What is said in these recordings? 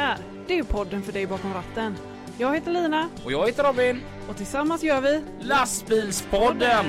här, det är podden för dig bakom ratten. Jag heter Lina. Och jag heter Robin. Och tillsammans gör vi Lastbilspodden!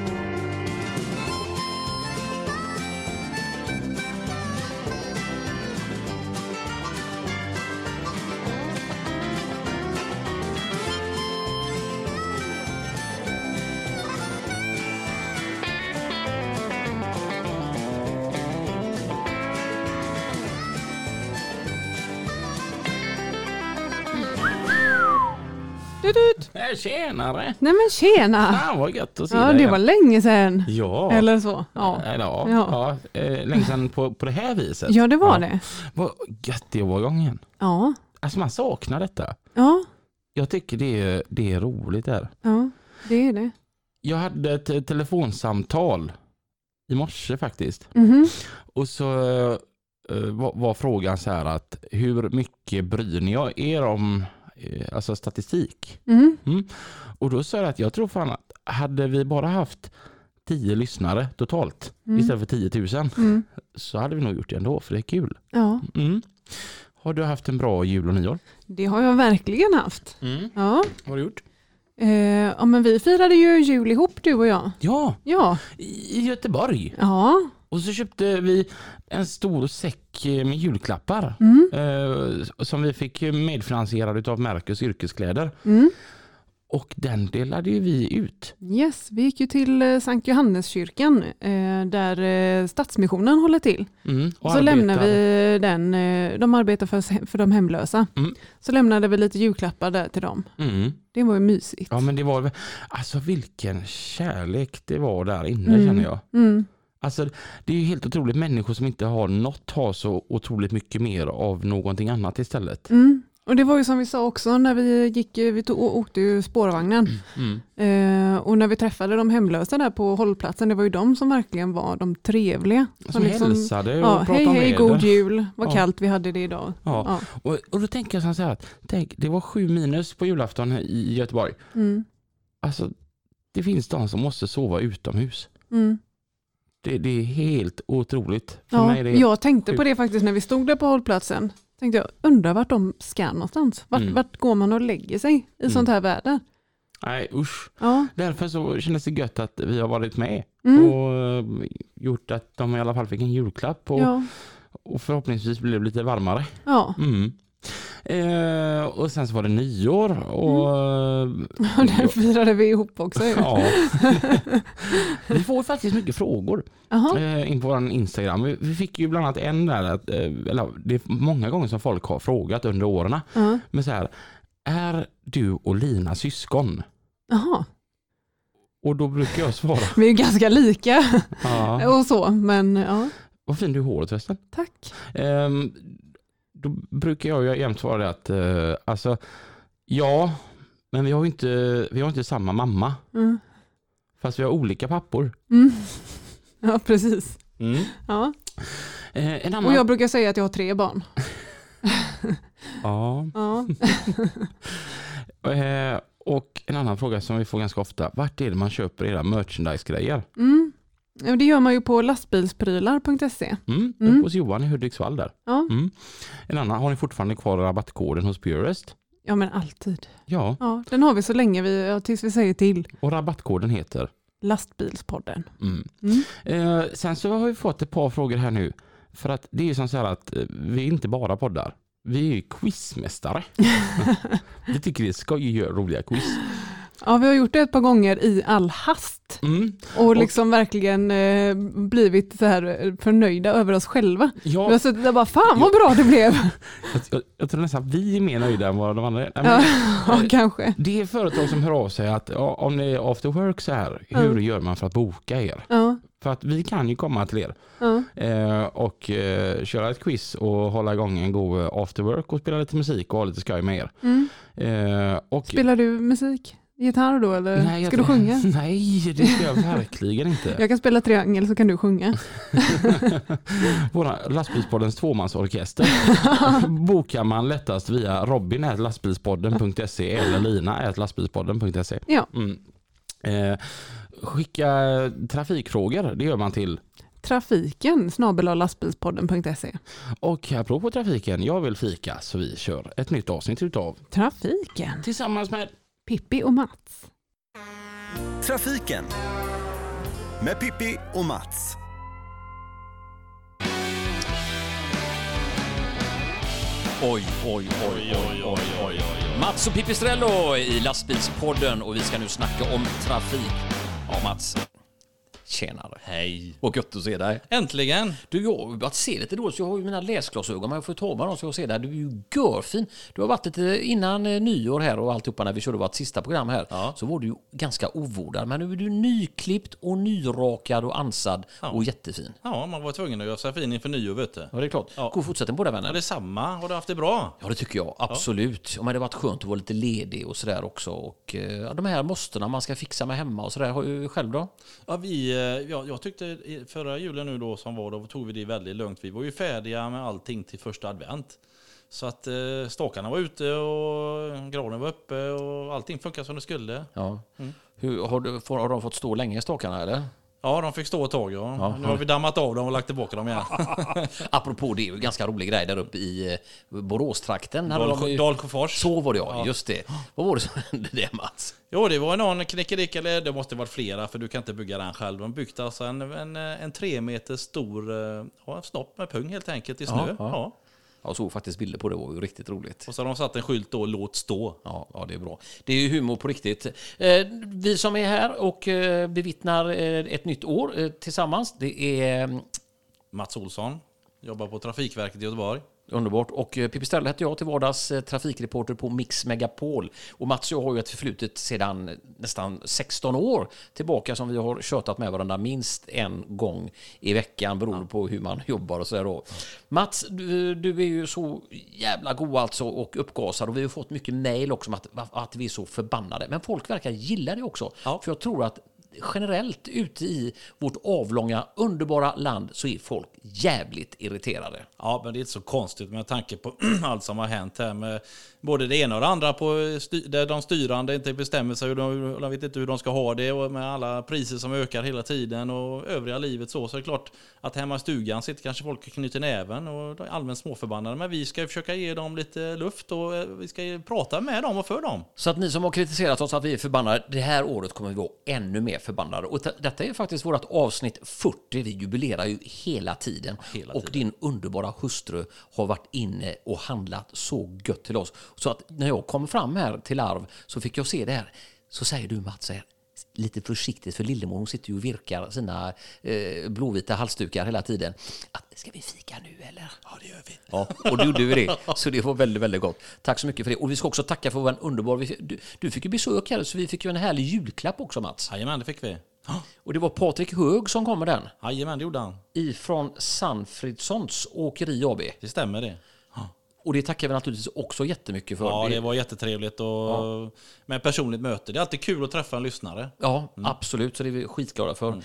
Tjenare! Nej men tjena! Ja, vad gött att se Ja, dig. det var länge sedan. Ja. Eller så. Ja, Ja. Länge sedan på det här viset. ja det var det. Vad gött det var gången. Ja. Alltså man saknar detta. Ja. Jag tycker det är roligt där. Ja, det är det. Jag hade ett telefonsamtal i morse faktiskt. Mhm. Och så var frågan så här att hur mycket bryr ni er om alltså statistik? Mhm. Och då sa jag att jag tror fan att hade vi bara haft 10 lyssnare totalt istället för 10 000 så hade vi nog gjort det ändå, för det är kul. Ja, Har du haft en bra jul och nyår? det har jag verkligen haft. Ja. Vad har du gjort? Ja, men vi firade ju jul ihop, du och jag. Ja, Ja. i Göteborg. Ja. Och så köpte vi en stor säck med julklappar som vi fick medfinansierad av Mercus yrkeskläder. Och den delade ju vi ut. Yes, vi gick ju till Sankt Johanneskyrkan där Stadsmissionen håller till. Och så lämnade vi den, de arbetar för de hemlösa. Så lämnade vi lite julklappar där till dem. Det var ju mysigt. Ja, men det var alltså vilken kärlek det var där inne känner jag. Alltså det är ju helt otroligt, människor som inte har något har så otroligt mycket mer av någonting annat istället. Och det var ju som vi sa också när vi åkte ju spårvagnen. Och när vi träffade de hemlösa där på hållplatsen, det var ju de som verkligen var de trevliga. Som hälsade och pratade hej, med god jul, vad kallt vi hade det idag. Ja. Och då tänker jag så här, det var 7 minus på julafton i Göteborg. Alltså det finns de som måste sova utomhus. Det är helt otroligt. För mig är det jag tänkte på det faktiskt när vi stod där på hållplatsen. Tänkte jag, undrar vart de ska någonstans. Vart går man och lägger sig i sånt här väder? Nej, usch. Ja. Därför så kändes det gött att vi har varit med och gjort att de i alla fall fick en julklapp och förhoppningsvis blev det lite varmare. Ja. Och sen så var det nyår och där firade vi ihop också. Ja. Vi får faktiskt mycket frågor in på vår Instagram. Vi fick ju bland annat en där eller det är många gånger som folk har frågat under åren. Men så här, är du och Lina syskon? Jaha. Och då brukar jag svara. Vi är ganska lika och så, men ja. Vad fin du är håret förresten. Tack. Då brukar jag ju jämt svara att alltså ja, men vi har inte samma mamma. Fast vi har olika pappor. Ja, precis. Ja. En annan... Och jag brukar säga att jag har 3 barn. Ja. Och en annan fråga som vi får ganska ofta. Vart är det man köper era merchandise-grejer? Det gör man ju på lastbilsprylar.se. Hos Johan i Hudiksvall där. Ja. En annan, har ni fortfarande kvar rabattkoden hos Purest? Ja, men alltid. Ja. Den har vi så länge tills vi säger till. Och rabattkoden heter? Lastbilspodden. Sen så har vi fått ett par frågor här nu. För att det är ju som så här att vi inte bara poddar. Vi är ju quizmästare. Vi tycker det ska ju göra roliga quiz. Ja, vi har gjort det ett par gånger i all hast. Och liksom verkligen blivit så här förnöjda över oss själva. Ja. Vi har suttit där bara, fan vad bra det blev. Jag tror nästan att vi är mer nöjda än vad de andra är. Ja, kanske. Det är företag som hör av sig att om ni är after work så här, hur gör man för att boka er? För att vi kan ju komma till er och köra ett quiz och hålla igång en god after work och spela lite musik och ha lite skoj med er. Spelar du musik? Gitarr då eller nej, ska du sjunga? Nej, det ska jag verkligen inte. Jag kan spela triangel så kan du sjunga. Våra lastbilspoddens 2-mansorkester bokar man lättast via robin@lastbilspodden.se eller lina@lastbilspodden.se. Ja. Skicka trafikfrågor, det gör man till trafiken@lastbilspodden.se. Och apropå trafiken, jag vill fika så vi kör ett nytt avsnitt utav Trafiken tillsammans med Pippi och Mats. Trafiken med Pippi och Mats. Oj. Mats och Pipistrello i lastbilspodden och vi ska nu snacka om trafik. Ja, Mats. Tjenare. Hej. Och gött att se dig. Äntligen. Du, jag har att se lite då så jag har ju mina läsglasögon men jag får ta med dem så jag ser där. Du är ju görfin. Du har varit lite innan nyår här och alltihopa när vi körde vårt sista program här. Ja. Så var du ju ganska ovårdad men nu är du nyklippt och nyrakad och ansad och jättefin. Ja, man var tvungen att göra sig fin inför nyår vet du. Ja, det är klart. Ja. God fortsättning på det vännen. Ja, det är samma. Har du haft det bra? Ja, det tycker jag. Absolut. Ja. Men det har varit skönt att vara lite ledig och sådär också. Och de här måstena man ska fixa med hemma och sådär. Har du själv då? Ja, jag tyckte förra julen nu då som var, då tog vi det väldigt lugnt. Vi var ju färdiga med allting till första advent. Så att stakarna var ute och granen var uppe och allting funkar som det skulle. Ja. Har de fått stå länge stakarna eller? Ja, de fick stå ett tag. Ja. Nu har vi dammat av dem och lagt tillbaka dem igen. Apropå det är ju en ganska rolig grej där uppe i Boråstrakten. Dalsjöfors. Så var det just det. Vad var det som hände där Mats? Jo, det var någon knickedick, eller det måste varit flera för du kan inte bygga den själv. De byggde alltså en 3 meter stor snopp med pung helt enkelt i snö. Ja. Jag såg faktiskt bilder på det, var ju riktigt roligt. Och så har de satt en skylt då, låt stå. Ja, det är bra. Det är ju humor på riktigt. Vi som är här och bevittnar ett nytt år tillsammans, det är Mats Olsson, jobbar på Trafikverket i Göteborg. Underbart. Och Pipistrello heter jag till vardags, trafikreporter på Mix Megapol. Och Mats och jag har ju ett förflutet sedan nästan 16 år tillbaka som vi har tjötat med varandra minst en gång i veckan beroende på hur man jobbar och sådär då. Mats, du är ju så jävla god alltså och uppgasad och vi har fått mycket mejl också om att vi är så förbannade. Men folk verkar gilla det också. Ja. För jag tror att generellt ute i vårt avlånga, underbara land så är folk jävligt irriterade. Ja, men det är inte så konstigt med tanke på allt som har hänt här med både det ena och det andra på där de styrande inte bestämmer sig och de vet inte hur de ska ha det och med alla priser som ökar hela tiden och övriga livet så är det klart att hemma i stugan sitter kanske folk och knyter näven och de är allmänt småförbannade, men vi ska försöka ge dem lite luft och vi ska prata med dem och för dem. Så att ni som har kritiserat oss att vi är förbannade, det här året kommer vi vara ännu mer förbannade. Och detta är faktiskt vårt avsnitt 40, vi jubilerar ju hela tiden. Och din underbara hustru har varit inne och handlat så gött till oss. Så att när jag kom fram här till Arv så fick jag se det här. Så säger du Mats här, lite försiktigt för Lillemor, hon sitter ju och virkar sina blåvita halsdukar hela tiden. Ska vi fika nu eller? Ja, det gör vi. Ja, och du gjorde det. Så det var väldigt, väldigt gott. Tack så mycket för det. Och vi ska också tacka för vår underbar... Du fick ju besök här så vi fick ju en härlig julklapp också Mats. Jajamän, det fick vi. Och det var Patrik Hög som kom med den. Jajamän, det gjorde han. Ifrån Sanfridssons åkeri AB. Det stämmer det. Och det tackar vi naturligtvis också jättemycket för. Ja, det var jättetrevligt och med personligt möte. Det är alltid kul att träffa en lyssnare. Ja, absolut. Så det är vi skitglada för.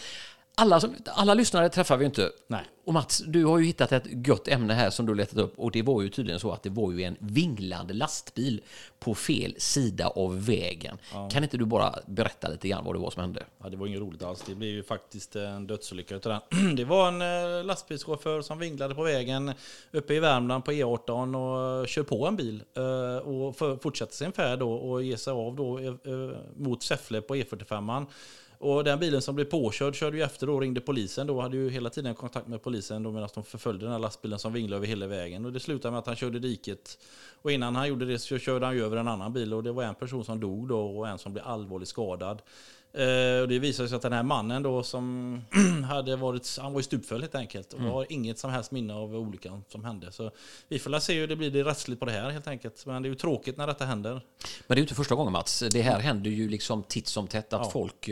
Alla lyssnare träffar vi inte. Nej. Och Mats, du har ju hittat ett gött ämne här som du letat upp. Och det var ju tydligen så att det var ju en vinglande lastbil på fel sida av vägen. Ja. Kan inte du bara berätta lite grann vad det var som hände? Ja, det var inget roligt alls. Det blev ju faktiskt en dödsolycka utav den. Det var en lastbilschaufför som vinglade på vägen uppe i Värmland på E18 och kör på en bil och fortsätter sin färd då och ger sig av då mot Säffle på E45. Och den bilen som blev påkörd körde ju efter och ringde polisen. Då hade ju hela tiden kontakt med polisen då medan de förföljde den här lastbilen som vinglade över hela vägen. Och det slutade med att han körde diket. Och innan han gjorde det så körde han ju över en annan bil. Och det var en person som dog då och en som blev allvarligt skadad. Och det visade sig att den här mannen då som han var ju stupfull helt enkelt. Och har inget som helst minne av olyckan som hände. Så vi får se hur det blir rättsligt på det här helt enkelt. Men det är ju tråkigt när detta händer. Men det är ju inte första gången Mats. Det här händer ju liksom titt som tätt att folk...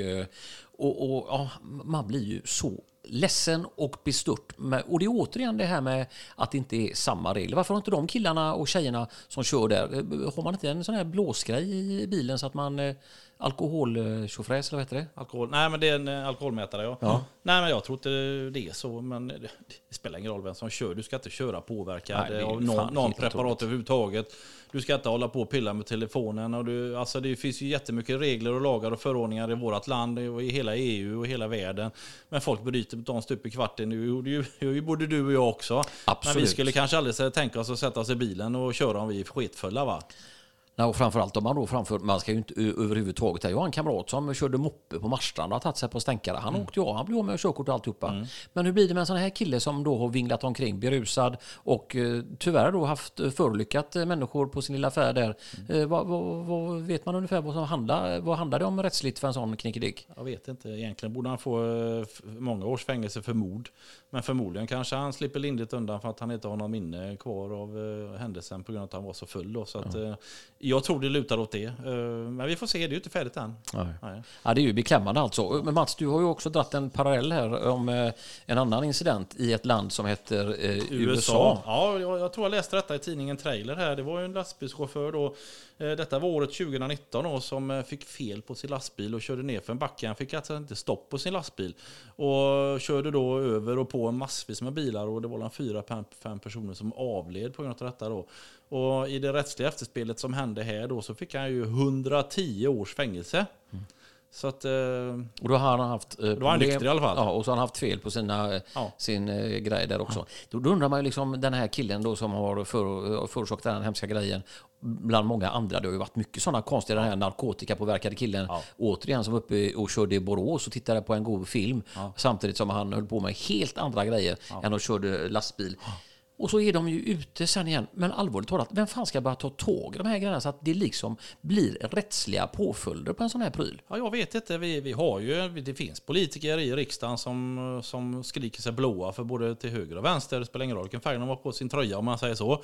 Och man blir ju så ledsen och bestört. Och det är återigen det här med att det inte är samma regler. Varför har inte de killarna och tjejerna som kör där, har man inte en sån här blåsgrej i bilen så att man alkoholtjofräs eller vad heter det? Nej, men det är en alkoholmätare, ja. Nej, men jag tror inte det är så, men det spelar ingen roll vem som kör. Du ska inte köra påverkad av någon preparat överhuvudtaget. Du ska inte hålla på och pilla med telefonen. Och det finns ju jättemycket regler och lagar och förordningar i vårt land och i hela EU och hela världen. Men folk bryter mot dem stup i kvarten. Det är både du och jag också. Absolut. Men vi skulle kanske aldrig tänka oss att sätta oss i bilen och köra om vi är sketfulla, va? Nej, och framförallt om man då man ska ju inte överhuvudtaget. Jag har en kamrat som körde moppe på Marstrand och har tagit sig på stänkare. Han åkte ju av, han blev av med körkort och alltihopa. Men hur blir det med en sån här kille som då har vinglat omkring berusad och tyvärr då haft förolyckat människor på sin lilla färd där? Vad vet man ungefär vad handlar det om rättsligt för en sån knickedick? Jag vet inte, egentligen borde han få många års fängelse för mord. Men förmodligen kanske han slipper lindrigt undan för att han inte har någon minne kvar av händelsen på grund av att han var så full då. Så att jag tror det lutar åt det. Men vi får se, det är ju inte färdigt än. Nej. Ja, det är ju beklämmande alltså. Men Mats, du har ju också dratt en parallell här om en annan incident i ett land som heter USA. Ja, jag tror jag läste detta i tidningen Trailer här. Det var ju en lastbilschaufför då. Detta var året 2019 då, som fick fel på sin lastbil och körde ner för en backe. Han fick alltså inte stopp på sin lastbil och körde då över och på massvis med bilar, och det var 4-5 personer som avled på grund av detta då. Och i det rättsliga efterspelet som hände här då så fick han ju 110 års fängelse. Så att, och då har han haft då var han nykter i alla fall. Ja, och så har han haft fel på sin grej där också. Då undrar man ju liksom, den här killen då som har förorsakat den här hemska grejen, bland många andra, det har ju varit mycket sådana konstiga, den här narkotikapåverkade killen återigen som var uppe och körde i Borås och tittade på en god film samtidigt som han höll på med helt andra grejer än att körde lastbil. Och så är de ju ute sen igen. Men allvarligt talat, vem fan ska bara ta tåg i de här grejerna så att det liksom blir rättsliga påföljder på en sån här pryl? Ja, jag vet inte. Vi har ju, det finns politiker i riksdagen som skriker sig blåa för både till höger och vänster. Det spelar ingen roll vilken färg de har på sin tröja, om man säger så.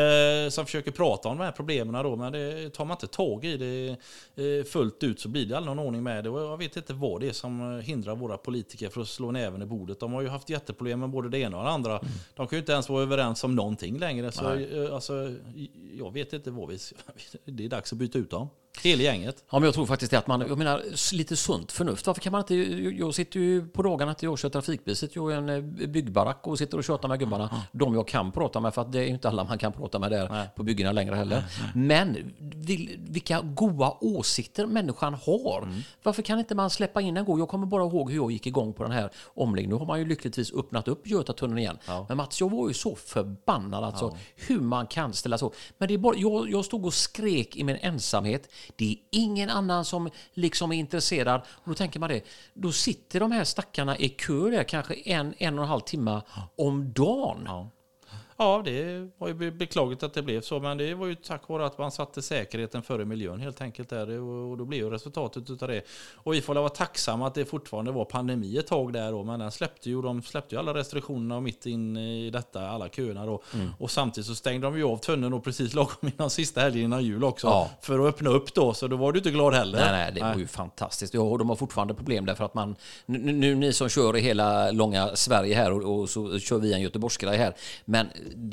Som försöker prata om de här problemen då, men det tar man inte tag i det fullt ut så blir det aldrig någon ordning med det. Och jag vet inte vad det är som hindrar våra politiker för att slå näven i bordet. De har ju haft jätteproblem med både det ena och det andra. De kan ju inte ens vara överens om någonting längre. Så alltså, jag vet inte vad det är dags att byta ut dem. Hela gänget. Ja, men jag tror faktiskt att jag menar lite sunt förnuft. Varför kan man inte, jag sitter ju på dagarna att jag kör trafikbil, sitter ju i en byggbarack och sitter och tjatar med gubbarna. De jag kan prata med, för att det är ju inte alla man kan prata med där på byggena längre heller. Men vilka goda åsikter människan har. Varför kan inte man släppa in en god? Jag kommer bara ihåg hur jag gick igång på den här omläggningen. Nu har man ju lyckligtvis öppnat upp Götatunneln igen. Men Mats, jag var ju så förbannad alltså hur man kan ställa så. Men det är bara, jag stod och skrek i min ensamhet. Det är ingen annan som liksom är intresserad. Och då tänker man det. Då sitter de här stackarna i kö där kanske en och en halv timme om dagen. Ja, det var ju beklagligt att det blev så, men det var ju tack vare att man satte säkerheten före miljön helt enkelt där, och då blev ju resultatet utav det. Och vi får vara tacksamma att det fortfarande var pandemi ett tag där då, men de släppte ju alla restriktionerna mitt in i detta, alla köerna då. Och samtidigt så stängde de ju av tunneln och precis lagom innan sista helgen innan jul också för att öppna upp då, så då var du inte glad heller. Nej, det var ju fantastiskt. Ja, och de har fortfarande problem därför att man nu ni som kör i hela långa Sverige här och så kör vi en göteborgsgrej här, men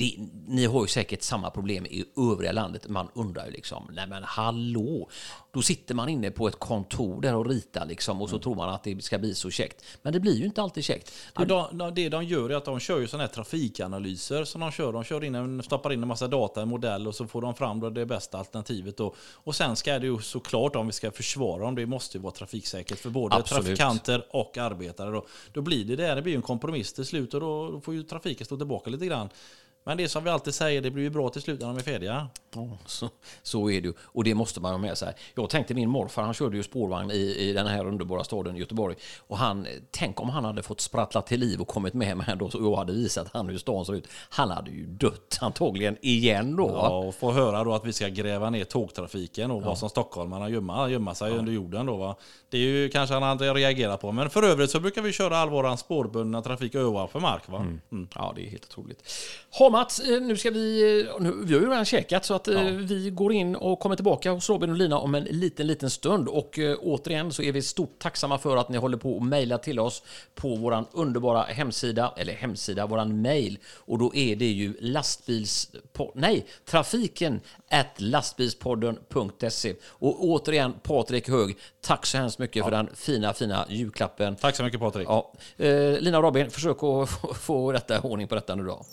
ni har ju säkert samma problem i övriga landet. Man undrar ju liksom, nej men hallå, då sitter man inne på ett kontor där och ritar liksom, och så tror man att det ska bli så käckt. Men det blir ju inte alltid käckt. Det de gör är att de kör ju sådana här trafikanalyser som de kör stoppar in en massa data i en modell och så får de fram det bästa alternativet då. Och sen ska det ju såklart, om vi ska försvara dem, det måste ju vara trafiksäkert för både trafikanter och arbetare då blir det blir ju en kompromiss till slut, och då får ju trafiken stå tillbaka lite grann. Men det är som vi alltid säger, det blir ju bra till slut när de är färdiga. Så är det ju. Och det måste man ha med sig. Jag tänkte min morfar, han körde ju spårvagn i den här underbara staden Göteborg. Och tänk om han hade fått sprattla till liv och kommit med mig då, så jag hade visat han hur stan ser ut. Han hade ju dött antagligen igen då. Ja, och få höra då att vi ska gräva ner tågtrafiken och vad som stockholmarna gömma sig under jorden då, va. Det är ju kanske han hade reagerat på. Men för övrigt så brukar vi köra all våran spårbundna trafik ovanför mark, va. Ja, det är helt otroligt. Mats, nu ska vi har ju redan käkat, så att vi går in och kommer tillbaka hos Robin och Lina om en liten stund. Och återigen så är vi stort tacksamma för att ni håller på och mejla till oss på våran underbara hemsida, våran mejl. Och då är det ju trafiken@lastbilspodden.se. Och återigen, Patrik Hög, tack så hemskt mycket för den fina julklappen. Tack så mycket, Patrik. Ja. Lina och Robin, försök att få ordning på detta nu då.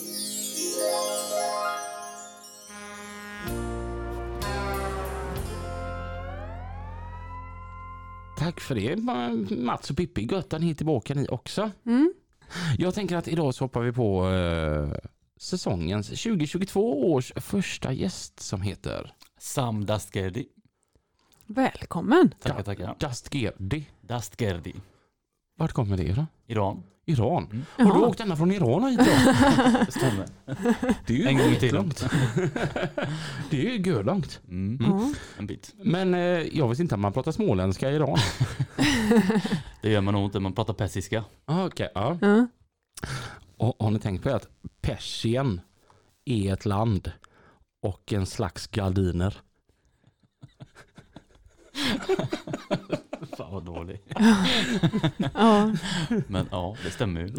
Tack för det, Mats och Pippi. Gött att ni är tillbaka ni också. Jag tänker att idag så hoppar vi på säsongens 2022 års första gäst som heter Sam Dastgerdi. Välkommen. Tackar. Dastgerdi. Vart kommer det då? Iran. Har du åkt ända från Iran hit då? Det stämmer. Det är ju En gång i tiden. långt. Det är ju görlångt. En bit. Men jag visste inte att man pratar småländska i Iran. Det gör man nog inte, man pratar persiska. Okej, ja. Och har ni tänkt på att Persien är ett land och en slags gardiner? Fan vad dålig. Ja. Men ja, det stämmer ju.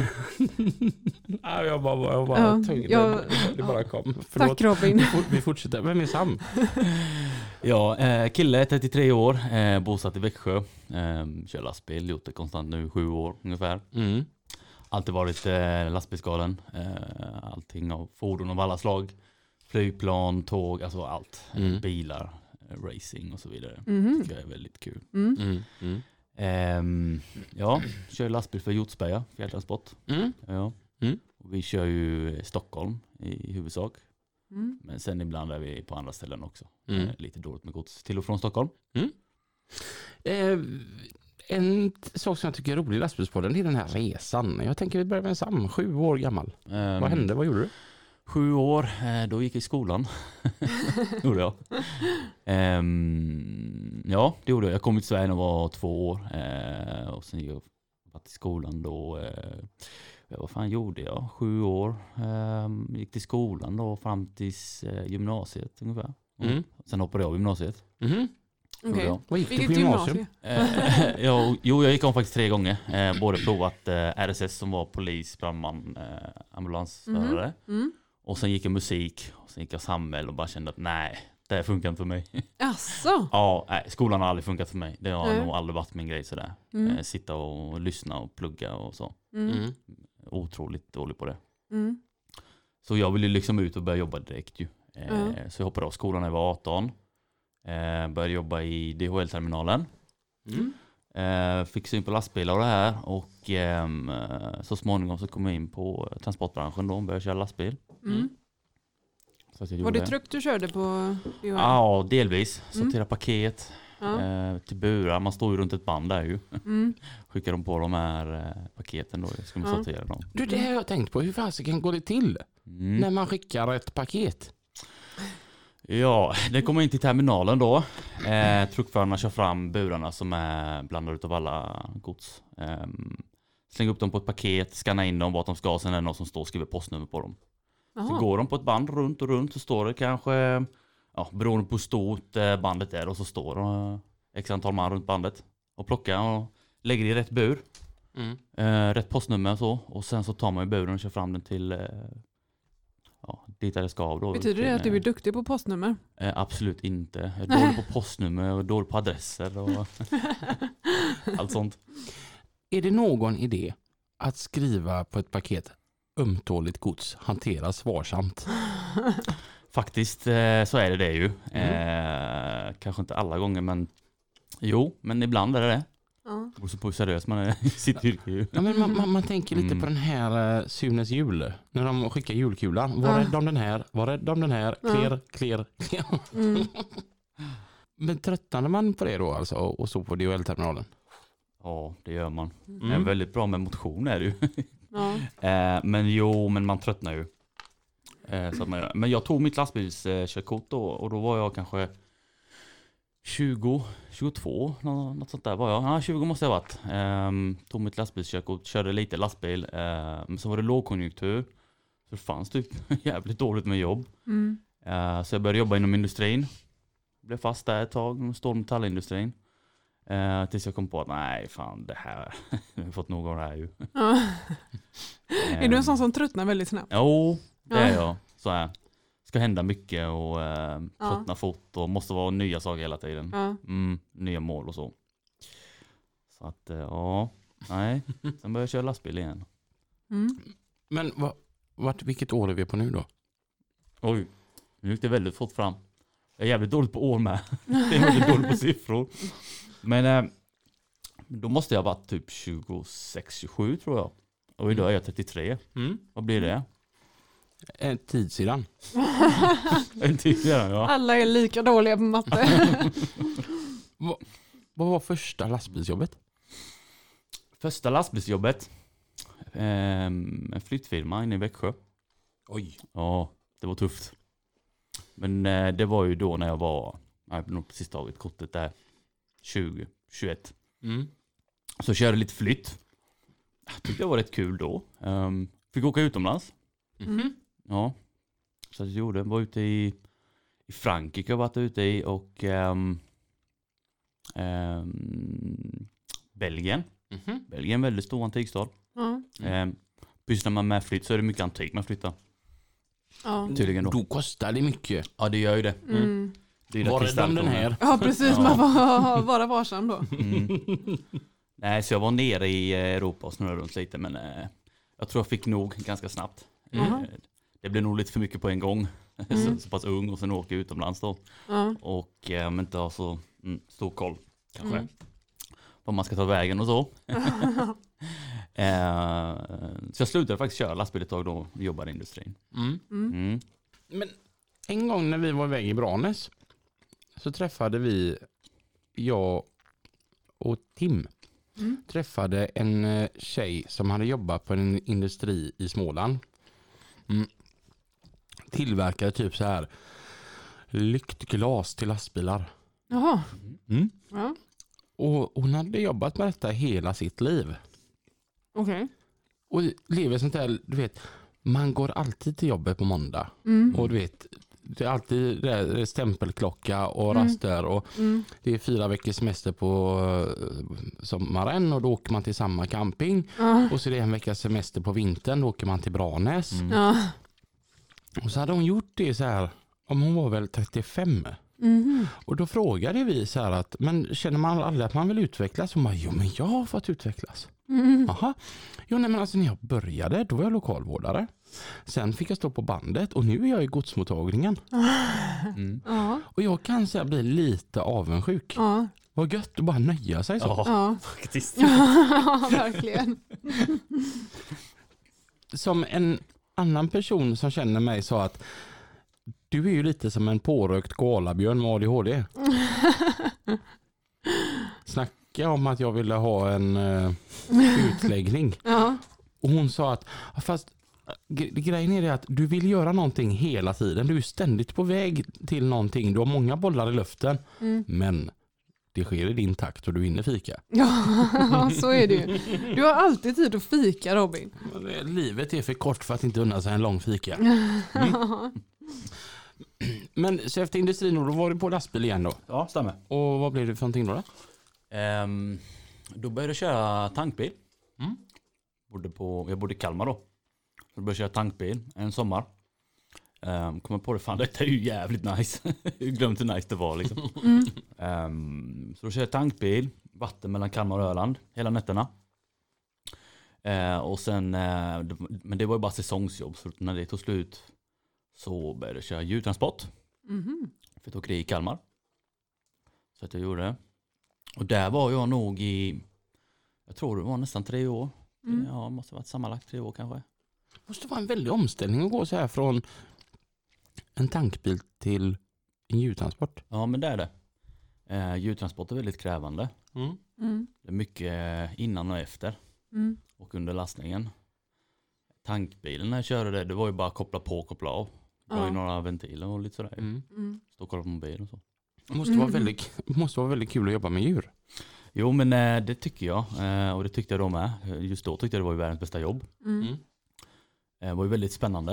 Ja, jag bara tänkte, det bara kom. Förlåt. Tack Robin. Vi fortsätter. Vem är Sam? Ja, kille, 33 år, bosatt i Växjö. Kör lastbil, gjort det konstant nu 7 år ungefär. Alltid varit lastbilsgalen. Allting av fordon av alla slag. Flygplan, tåg, alltså allt. Bilar, racing och så vidare. Tycker jag är väldigt kul. Ja, kör lastbil för Hjortsberga, fjärrtransport. Ja. Och vi kör ju Stockholm i huvudsak. Men sen ibland är vi på andra ställen också. Lite dåligt med gods till och från Stockholm. En sak som jag tycker är rolig i lastbilspodden är den här resan. Jag tänker vi börjar med Sam, 7 år gammal. Vad hände? Vad gjorde du? 7 år, då gick jag i skolan. Gjorde jag. Ja, det gjorde jag. Jag kom till Sverige när jag var 2 år. Och sen gick jag till skolan då. Vad fan gjorde jag? 7 år. Gick till skolan då fram till gymnasiet ungefär. Sen hoppade jag av gymnasiet. Okay. Vad gick du på gymnasium? Jag gick om faktiskt 3 gånger. Både provat RSS som var polis, brandman, ambulansförare. Och sen gick jag musik. Och sen gick jag samhäll och bara kände att nej, det här funkar inte för mig. Asså? Ja, nej, skolan har aldrig funkat för mig. Det har nog aldrig varit min grej sådär. Sitta och lyssna och plugga och så. Otroligt dålig på det. Så jag ville liksom ut och börja jobba direkt ju. Så jag hoppade av skolan när jag var 18. Började jobba i DHL-terminalen. Fick syn på lastbilar och det här. Och så småningom så kom jag in på transportbranschen då och började köra lastbil. Så att var det truck du körde på DHL? Ja, delvis. Sortera paket till burar. Man står ju runt ett band där ju. Skickar de på de här paketen då. Ska man sortera dem. Du, det har jag tänkt på. Hur fasiken går det till när man skickar ett paket? Ja, det kommer in till terminalen då. Truckförarna kör fram burarna som är blandade av alla gods. Slänger upp dem på ett paket, skannar in dem vart de ska. Sen är det någon som står och skriver postnummer på dem. Så går de på ett band runt och runt. Så står det kanske, beroende på hur stort bandet är. Och så står det x antal man runt bandet. Och plockar och lägger i rätt bur. Rätt postnummer och så. Och sen så tar man ju buren och kör fram den till... dit där det ska av då. Betyder det att du är duktig på postnummer? Absolut inte. Jag är dålig på postnummer och dålig på adresser och allt sånt. Är det någon idé att skriva på ett paket ömtåligt gods hanteras varsamt? Faktiskt så är det ju. Kanske inte alla gånger, men men ibland är det. Och så på hur seriös man är i sitt yrke ju. Ja, men man tänker lite på den här Sunes jul. När de skickar julkulan. Var rädd om den här. Var rädd om den här. Kler. Men tröttnar man på det då alltså? Och så på DHL-terminalen? Ja, det gör man. Det är väldigt bra med motion är det ju. Men man tröttnar ju. Så att man gör. Men jag tog mitt lastbilskörkort då. Och då var jag kanske 22, något sånt där var jag. Ja, 20 måste jag ha varit. Tog mitt lastbilskörkort, körde lite lastbil. Men så var det lågkonjunktur. Så det fanns typ jävligt dåligt med jobb. Så jag började jobba inom industrin. Blev fast där ett tag, stål- och metallindustrin. Tills jag kom på att nej, fan det här, jag har fått nog av det här ju. Ja. Är du en sån som tröttnar väldigt snabbt? Jo, det är jag. Så här. Ska hända mycket och tröttna fort och måste vara nya saker hela tiden. Ja. Nya mål och så. Så att, nej. Sen började jag köra lastbil igen. Men vilket år är vi på nu då? Oj, nu gick det väldigt fort fram. Jag är jävligt dåligt på år med. Jag är väldigt dåligt på siffror. Men då måste jag ha varit typ 26-27 tror jag. Och idag är jag 33. Vad blir det? En tid sedan. En tid sedan, ja. Alla är lika dåliga på matte. Vad var första lastbilsjobbet? Första lastbilsjobbet. En flyttfirma inne i Växjö. Oj. Ja, det var tufft. Men det var ju då när jag var, jag har nog precis tagit kortet där, 20-21. Så jag körde lite flytt. Jag tyckte det var rätt kul då. Fick åka utomlands. Ja, så jag gjorde. Var ute i Frankrike och varit ute i och Belgien. Belgien är en väldigt stor antikstad. Pysslar man med flytt så är det mycket antik man flyttar. Ja. Tydligen då kostar det mycket. Ja, det gör ju det. Det är var det den här? Ja, precis. Man får vara varsam då. Nej, så jag var nere i Europa och snurrade runt lite, men jag tror jag fick nog ganska snabbt. Det blev nog lite för mycket på en gång. Så pass ung och sen åka utomlands då. Och inte ha så stor koll kanske. Vad man ska ta vägen och så. Så jag slutade faktiskt köra lastbil ett tag då och jobbade i industrin. Men en gång när vi var iväg i Branäs så träffade jag och Tim träffade en tjej som hade jobbat på en industri i Småland. Tillverkade typ så här lyktglas till lastbilar. Jaha. Ja. Och hon hade jobbat med detta hela sitt liv. Okej. Och lever sånt där, du vet, man går alltid till jobbet på måndag. Och du vet, det är alltid det är stämpelklocka och raster och det är 4 veckors semester på sommaren och då åker man till samma camping. Och så är det en veckas semester på vintern, då åker man till Branäs. Och så hade hon gjort det så här, om hon var väl 35. Och då frågade vi så här att, men känner man aldrig att man vill utvecklas? Och man, jo men jag har fått utvecklas. Jaha. Jo nej men alltså när jag började, då var jag lokalvårdare. Sen fick jag stå på bandet och nu är jag i godsmottagningen. Och jag kan så här bli lite avundsjuk. Vad gött att bara nöja sig så. Ja, faktiskt. Ja, verkligen. Som en annan person som känner mig sa att du är ju lite som en pårökt koalabjörn med ADHD. Snacka om att jag ville ha en utläggning. Och hon sa att fast grejen är det att du vill göra någonting hela tiden. Du är ständigt på väg till någonting. Du har många bollar i luften. Men det sker i din takt och du hinner fika. Ja, så är det ju. Du har alltid tid att fika, Robin. Livet är för kort för att inte unna sig en lång fika. Men så efter industrin då var du på lastbil igen då? Ja, stämmer. Och vad blev det för någonting då? Då började jag köra tankbil. Jag bodde i Kalmar då. Så jag började köra tankbil en sommar. Kommer på det, fan detta är ju jävligt nice. Jag glömde hur nice det var liksom. Så då körde jag tankbil, vatten mellan Kalmar och Öland hela nätterna. Och sen, men det var ju bara säsongsjobb, så när det tog slut så började jag köra djurtransport. För ett åkeri i Kalmar. Så att jag gjorde det. Och där var jag nog jag tror det var nästan 3 år. Ja, måste ha varit sammanlagt 3 år kanske. Det måste vara en väldig omställning att gå så här från en tankbil till en djurtransport. Ja, men det är det. Djurtransport är väldigt krävande. Det är mycket innan och efter. Och under lastningen. Tankbilen när jag körde det var ju bara koppla på och koppla av. Det var ju några ventiler och lite sådär. Stå och kolla på mobilen och så. Det måste vara väldigt kul att jobba med djur. Jo, men det tycker jag. Och det tyckte jag då med. Just då tyckte jag det var ju världens bästa jobb. Det var ju väldigt spännande.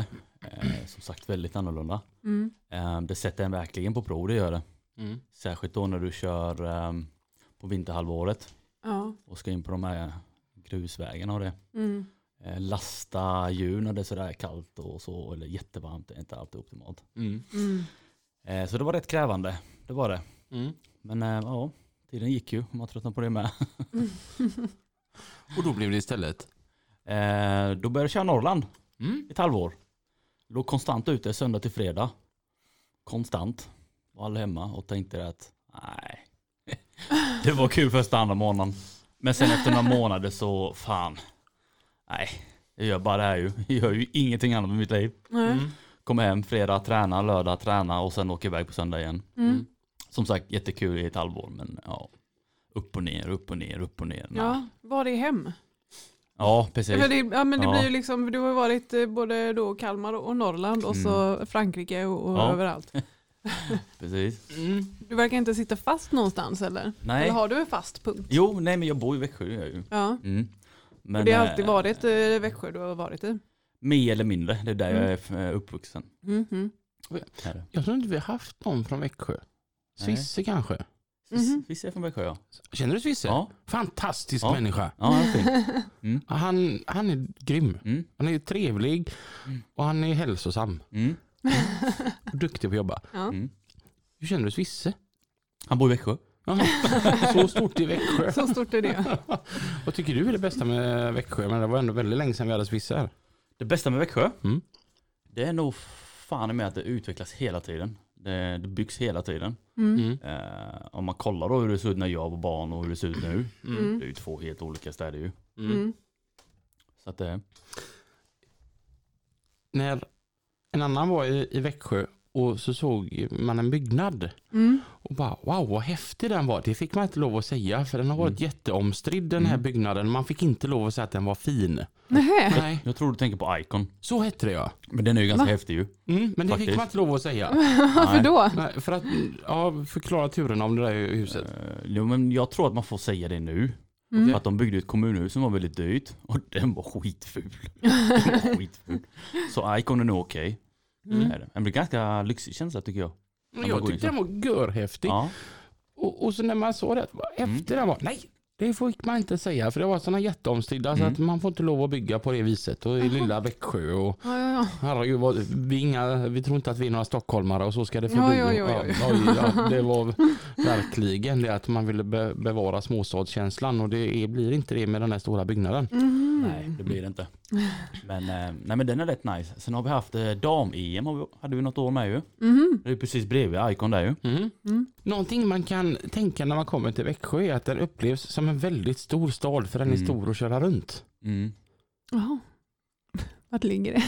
Som sagt väldigt annorlunda. Det sätter en verkligen på prov, det gör det. Särskilt då när du kör på vinterhalvåret. Och ska in på de här grusvägarna och det. Lasta djur när det är sådär kallt och så, eller jättevarmt, det är inte alltid optimalt. Så det var rätt krävande, det var det. Men ja, tiden gick ju, man tröttnade på det med. Och då blev det istället? Då började jag köra Norrland ett halvår. Låg konstant ute söndag till fredag. Konstant. Var alla hemma och tänkte att nej, det var kul första andra månaden. Men sen efter några månader så fan, nej, jag gör bara det här ju. Jag gör ju ingenting annat med mitt liv. Kommer hem fredag, träna, lördag, träna och sen åker iväg på söndag igen. Som sagt, jättekul i ett halvår, men ja, upp och ner, upp och ner, upp och ner. Ja, var det hem? Ja, precis. Ja, men det blir ju liksom, du har ju varit både då Kalmar och Norrland och så Frankrike och överallt. Precis. Du verkar inte sitta fast någonstans eller? Nej. Eller har du en fast punkt? Jo, nej men jag bor i Växjö ju. Ja. Men, och det har alltid varit Växjö du har varit i? Mer eller mindre, det är där jag är uppvuxen. Jag tror inte vi har haft någon från Växjö. Svisse kanske? Svisse är från Växjö, ja. Känner du Svisse? Ja. Fantastisk människa. Ja, fin. Han är grym. Han är trevlig och han är hälsosam. Duktig på att jobba. Hur känner du Svisse? Han bor i Växjö. Så stort i Växjö. Så stort är det. Vad tycker du är det bästa med Växjö? Men det var ändå väldigt länge sedan vi hade Svisse här. Det bästa med Växjö? Det är nog fan med att det utvecklas hela tiden. Det byggs hela tiden. Om man kollar då hur det ser ut när jag var barn och hur det ser ut nu. Det är ju 2 helt olika städer ju. Så att det... När en annan var i Växjö och så såg man en byggnad och bara wow vad häftig den var. Det fick man inte lov att säga för den har varit jätteomstridd den här byggnaden. Man fick inte lov att säga att den var fin. Nej. Jag tror du tänker på Icon. Så hette det ja. Men den är ju ganska häftig ju. Men det fick man inte lov att säga. Varför då? Nej, för att förklara turerna om det där huset. Jo, men jag tror att man får säga det nu. För att de byggde ett kommunhus som var väldigt dyrt och den var skitful. Så Icon är nog okej. Den blir ganska lyxig känsla tycker jag. Jag tyckte den var görhäftig. Och så när man såg det, efter den var, nej, det fick man inte säga. För det var sådana jätteomstridda så att man får inte lov att bygga på det viset. Och i lilla Växjö och herregud, vi tror inte att vi är några stockholmare och så ska det förbli. Det var verkligen det att man ville bevara småstadskänslan och det blir inte det med den här stora byggnaden. Nej, det blir det inte. Men den är rätt nice. Sen har vi haft dam-EM, hade vi något år med ju. Det är precis bredvid Icon där ju. Någonting man kan tänka när man kommer till Växjö är att den upplevs som en väldigt stor stad för den är stor att köra runt. Jaha. Vart ligger det?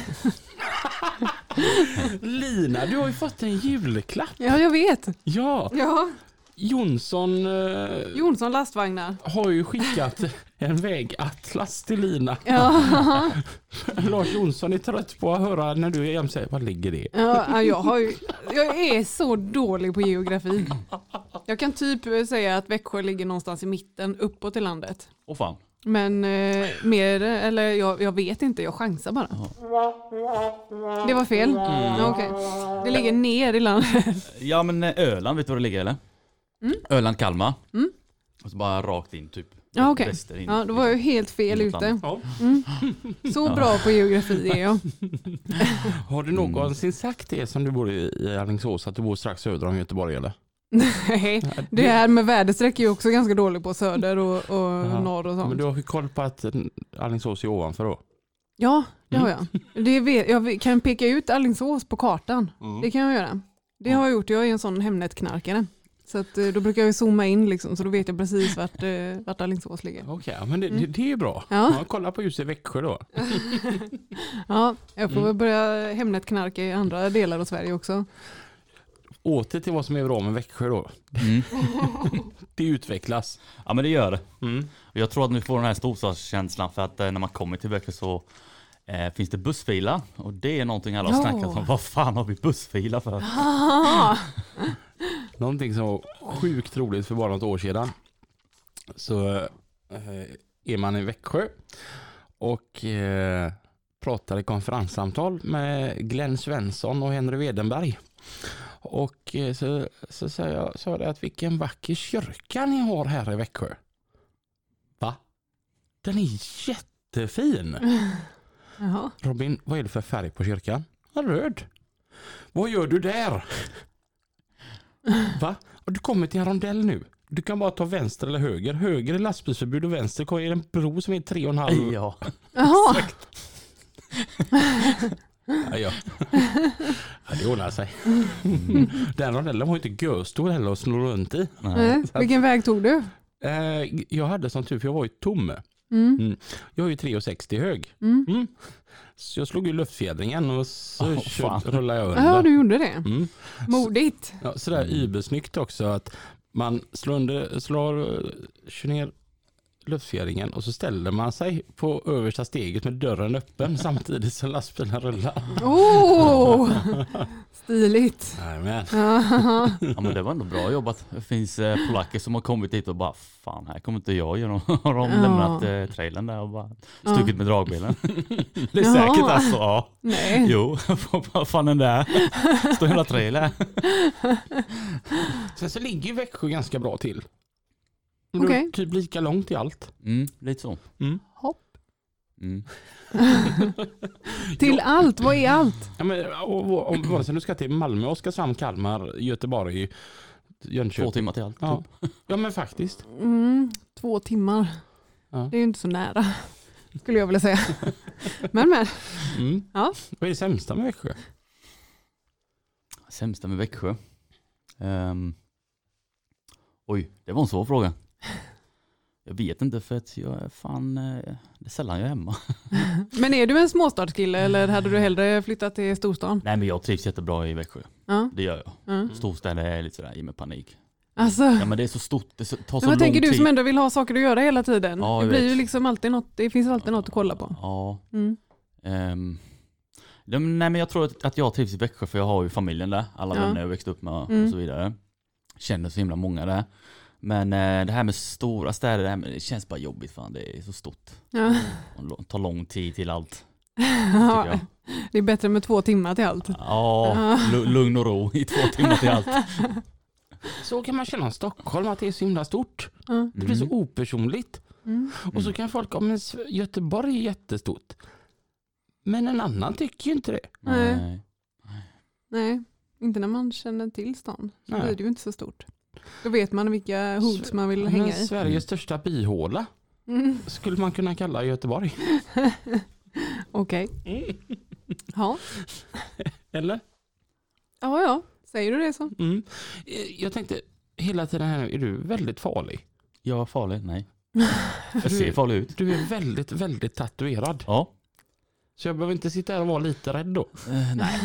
Lina, du har ju fått en julklapp. Ja, jag vet. Ja. Jonsson lastvagnar har ju skickat en vägatlas till Lina. Ja. Lars Jonsson är trött på att höra när du är hemma säger, vad ligger det? Ja, jag är så dålig på geografi. Jag kan typ säga att Växjö ligger någonstans i mitten uppåt i landet. Åh fan. Men mer, eller jag vet inte, jag chansar bara. Det var fel. Okay. Det ligger ner i landet. Ja men Öland, vet du var det ligger eller? Öland, Kalmar. Och så bara rakt in typ. Ja okej. Ja, då var jag helt fel ute. Så bra på geografi är jag. Har du någonsin sagt det som du bor i Alingsås att du bor strax söder om Göteborg eller? Nej, det här med väderstreck är ju också ganska dåligt på söder och norr och sånt. Men du har ju koll på att Alingsås är ovanför då? Ja, det har jag. Jag kan peka ut Alingsås på kartan. Det kan jag göra. Det har jag gjort. Jag är en sån Hemnet-knarkare. Så att, då brukar jag zooma in liksom, så då vet jag precis vart Alingsås ligger. Okej, men det är ju bra. Ja. Kolla på just i Växjö då. Ja, jag får väl börja Hemnet-knarka i andra delar av Sverige också. Åter till vad som är bra med Växjö då. Det utvecklas. Ja men det gör det. Jag tror att ni får den här storstadskänslan för att när man kommer till Växjö så finns det bussfilar. Och det är någonting alla har snackat om. Vad fan har vi bussfilar för? Någonting som var sjukt roligt för bara något år sedan. Så är man i Växjö och pratade konferenssamtal med Glenn Svensson och Henry Wedenberg. Och så sa jag att vilken vacker kyrka ni har här i Växjö. Va? Den är jättefin. Jaha. Robin, vad är det för färg på kyrkan? Röd. Vad gör du där? Va? Och du kommer till en rondell nu. Du kan bara ta vänster eller höger. Höger är lastbilsförbud och vänster är en bro som är 3,5. Ja. Jaha. Ja, det ordnar sig. Den rondellen var inte görstor heller att slå runt i. Vilken väg tog du? Jag hade sån tur för jag var ju tom. Jag är ju 3,60 hög. Så jag slog ju luftfjädringen och så rullade jag under. Ja, du gjorde det. Modigt. Ja, sådär ybersnyggt också att man kör ner luftfjädringen och så ställer man sig på översta steget med dörren öppen samtidigt som lastbilen rullar. Stiligt. Amen. Ja, men det var ändå bra jobbat. Det finns polacker som har kommit hit och bara fan, här kommer inte jag genom. Har de lämnat trailern där och bara stuckit med dragbilen. Det är säkert alltså. Ja. Nej. Jo, vad fan den där. Står hela trailer. Sen så ligger ju Växjö ganska bra till. Okay. Typ lika långt i allt. Lite så. Hopp. Till allt, vad är allt? Ja, men, om du ska till Malmö, Oskarshamn, Kalmar, Göteborg, Jönköping. 2 timmar till allt. Ja, ja men faktiskt. 2 timmar. Ja. Det är ju inte så nära, skulle jag vilja säga. Men. Ja. Vad är det sämsta med Växjö? Sämsta med Växjö? Oj, det var en svår fråga. Jag vet inte för att jag är fan, det är sällan jag är hemma. Men är du en småstadskille eller hade du hellre flyttat till storstan? Nej, men jag trivs jättebra i Växjö. Ja. Det gör jag. Storstäder är lite sådär i med panik. Alltså. Ja, men det är så stort, det tar så lång tid. Men tänker du som ändå vill ha saker att göra hela tiden? Ja, det blir ju liksom alltid något, det finns alltid något att kolla på. Ja. Nej, men jag tror att jag trivs i Växjö för jag har ju familjen där. Alla vänner jag växt upp med och så vidare. Känner så himla många där. Men det här med stora städer, det känns bara jobbigt för det är så stort. Ja. Det tar lång tid till allt. Ja, det är bättre med 2 timmar till allt. Ja, lugn och ro i 2 timmar till allt. Så kan man känna om Stockholm att det är så himla stort. Det blir så opersonligt. Och så kan folk, men Göteborg är jättestort. Men en annan tycker ju inte det. Nej, inte när man känner till stan. Så blir det ju inte så stort. Då vet man vilka hoods man vill hänga i. Sveriges största byhåla skulle man kunna kalla Göteborg. Okej. Ja. Eller? Ja. Säger du det så? Jag tänkte, hela tiden här nu, är du väldigt farlig? Jag är farlig? Nej. Jag ser farlig ut. Du är väldigt, väldigt tatuerad. Ja. Så jag behöver inte sitta här och vara lite rädd då? Nej.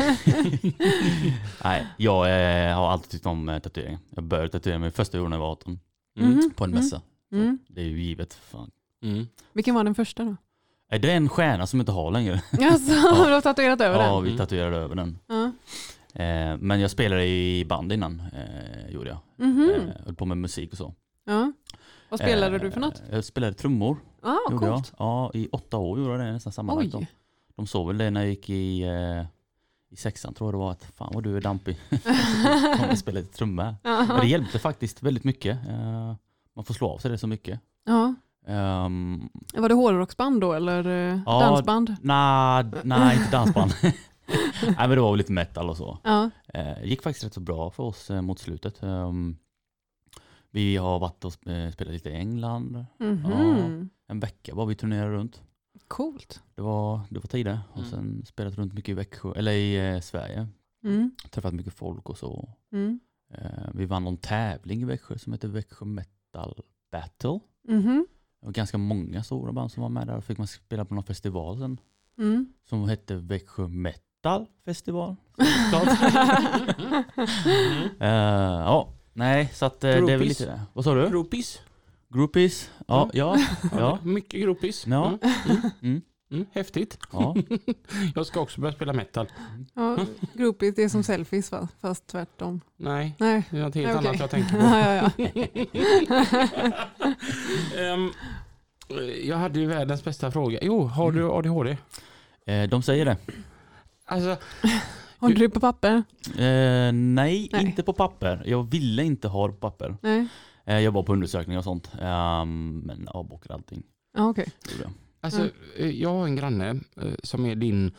Nej, jag har alltid tyckt om tatuering. Jag började tatuera mig första året när jag var 18. På en mässa. Det är ju givet. Fan. Vilken var den första då? Det är en stjärna som inte har längre. Alltså, har du tatuerat över den? Ja, vi tatuerade över den. Men jag spelade i band innan, gjorde jag. Höll på med musik och så. Ja. Vad spelade du för något? Jag spelade trummor. Coolt. Ja, i 8 år gjorde jag det nästan sammanlagt. De såg väl det när jag gick i 6:an, tror jag det var, att fan vad du är dampig. Kom och spelade trummor. Men det hjälpte faktiskt väldigt mycket. Man får slå av sig det så mycket. Ja. Var det hårdrocksband då eller dansband? Nej, inte dansband. Nej, men det var lite metal och så. Det gick faktiskt rätt så bra för oss mot slutet. Vi har varit och spelat lite i England. En vecka var vi turnerade runt. Coolt. Det var tidigare. Och sen spelat runt mycket i Växjö, eller i Sverige. Träffat mycket folk och så. Vi vann någon tävling i Växjö som heter Växjö Metal Battle. Det var ganska många stora band som var med där. Och fick man spela på någon festival sen. Som hette Växjö Metal Festival. Ja, nej, så att det är väl lite det. Vad sa du? Groupies? Ja. Mycket groupies. Ja. Häftigt. Ja. Jag ska också börja spela metal. Ja, groupies det är som selfies va? Fast tvärtom. Nej. Det är något helt annat jag tänker på. Ja. Jag hade ju världens bästa fråga. Jo, har du ADHD? De säger det. Alltså, har du det på papper? Nej, inte på papper. Jag ville inte ha det på papper. Nej. Jag var på undersökning och sånt. Men avbokade allting. Ja, okej. Alltså, jag har en granne som är din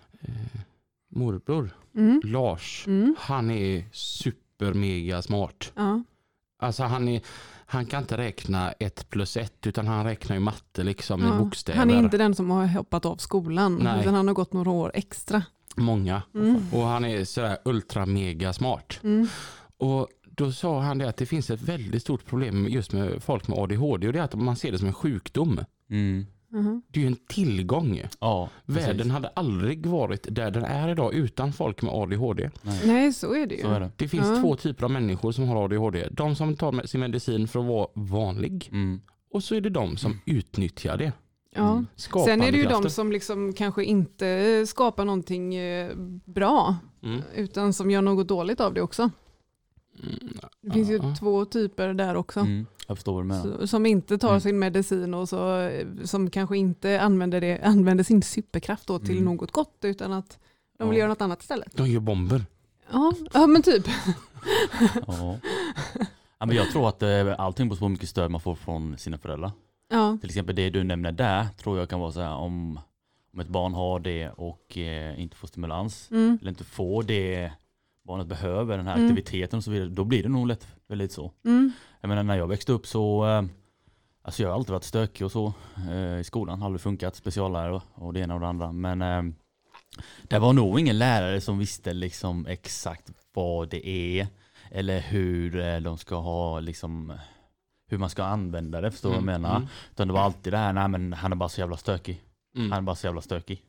morbror, Lars. Han är super mega smart. Ja. Alltså han kan inte räkna 1 + 1 utan han räknar ju matte liksom med bokstäver. Han är inte den som har hoppat av skolan. Nej. Utan han har gått några år extra. Många. Och han är sådär ultra mega smart. Och då sa han det att det finns ett väldigt stort problem just med folk med ADHD och det är att man ser det som en sjukdom. Det är ju en tillgång. Ja, världen hade aldrig varit där den är idag utan folk med ADHD. Nej, så är det ju. Så är det. Det finns 2 typer av människor som har ADHD. De som tar sin medicin för att vara vanlig. Och så är det de som utnyttjar det. Ja. Sen är det ju de som liksom kanske inte skapar någonting bra. Utan som gör något dåligt av det också. Det finns ju 2 typer där också. Jag förstår vad du menar. Som inte tar sin medicin och så, som kanske inte använder sin superkraft då till något gott utan att de vill göra något annat istället. De gör bomber. Ja men typ. Ja, men jag tror att allting beror på hur mycket stöd man får från sina föräldrar. Ja. Till exempel det du nämner där tror jag kan vara så här om ett barn har det och inte får stimulans eller inte får det barnet behöver, den här aktiviteten och så vidare, då blir det nog lätt väldigt så. Jag menar när jag växte upp så alltså jag har alltid varit stökig och så i skolan, har aldrig funkat, speciallärare och det ena och det andra, men det var nog ingen lärare som visste liksom exakt vad det är eller hur de ska ha liksom hur man ska använda det, förstår du vad jag menar? Utan det var alltid det här, nej men han är bara så jävla stökig. Han är bara så jävla stökig.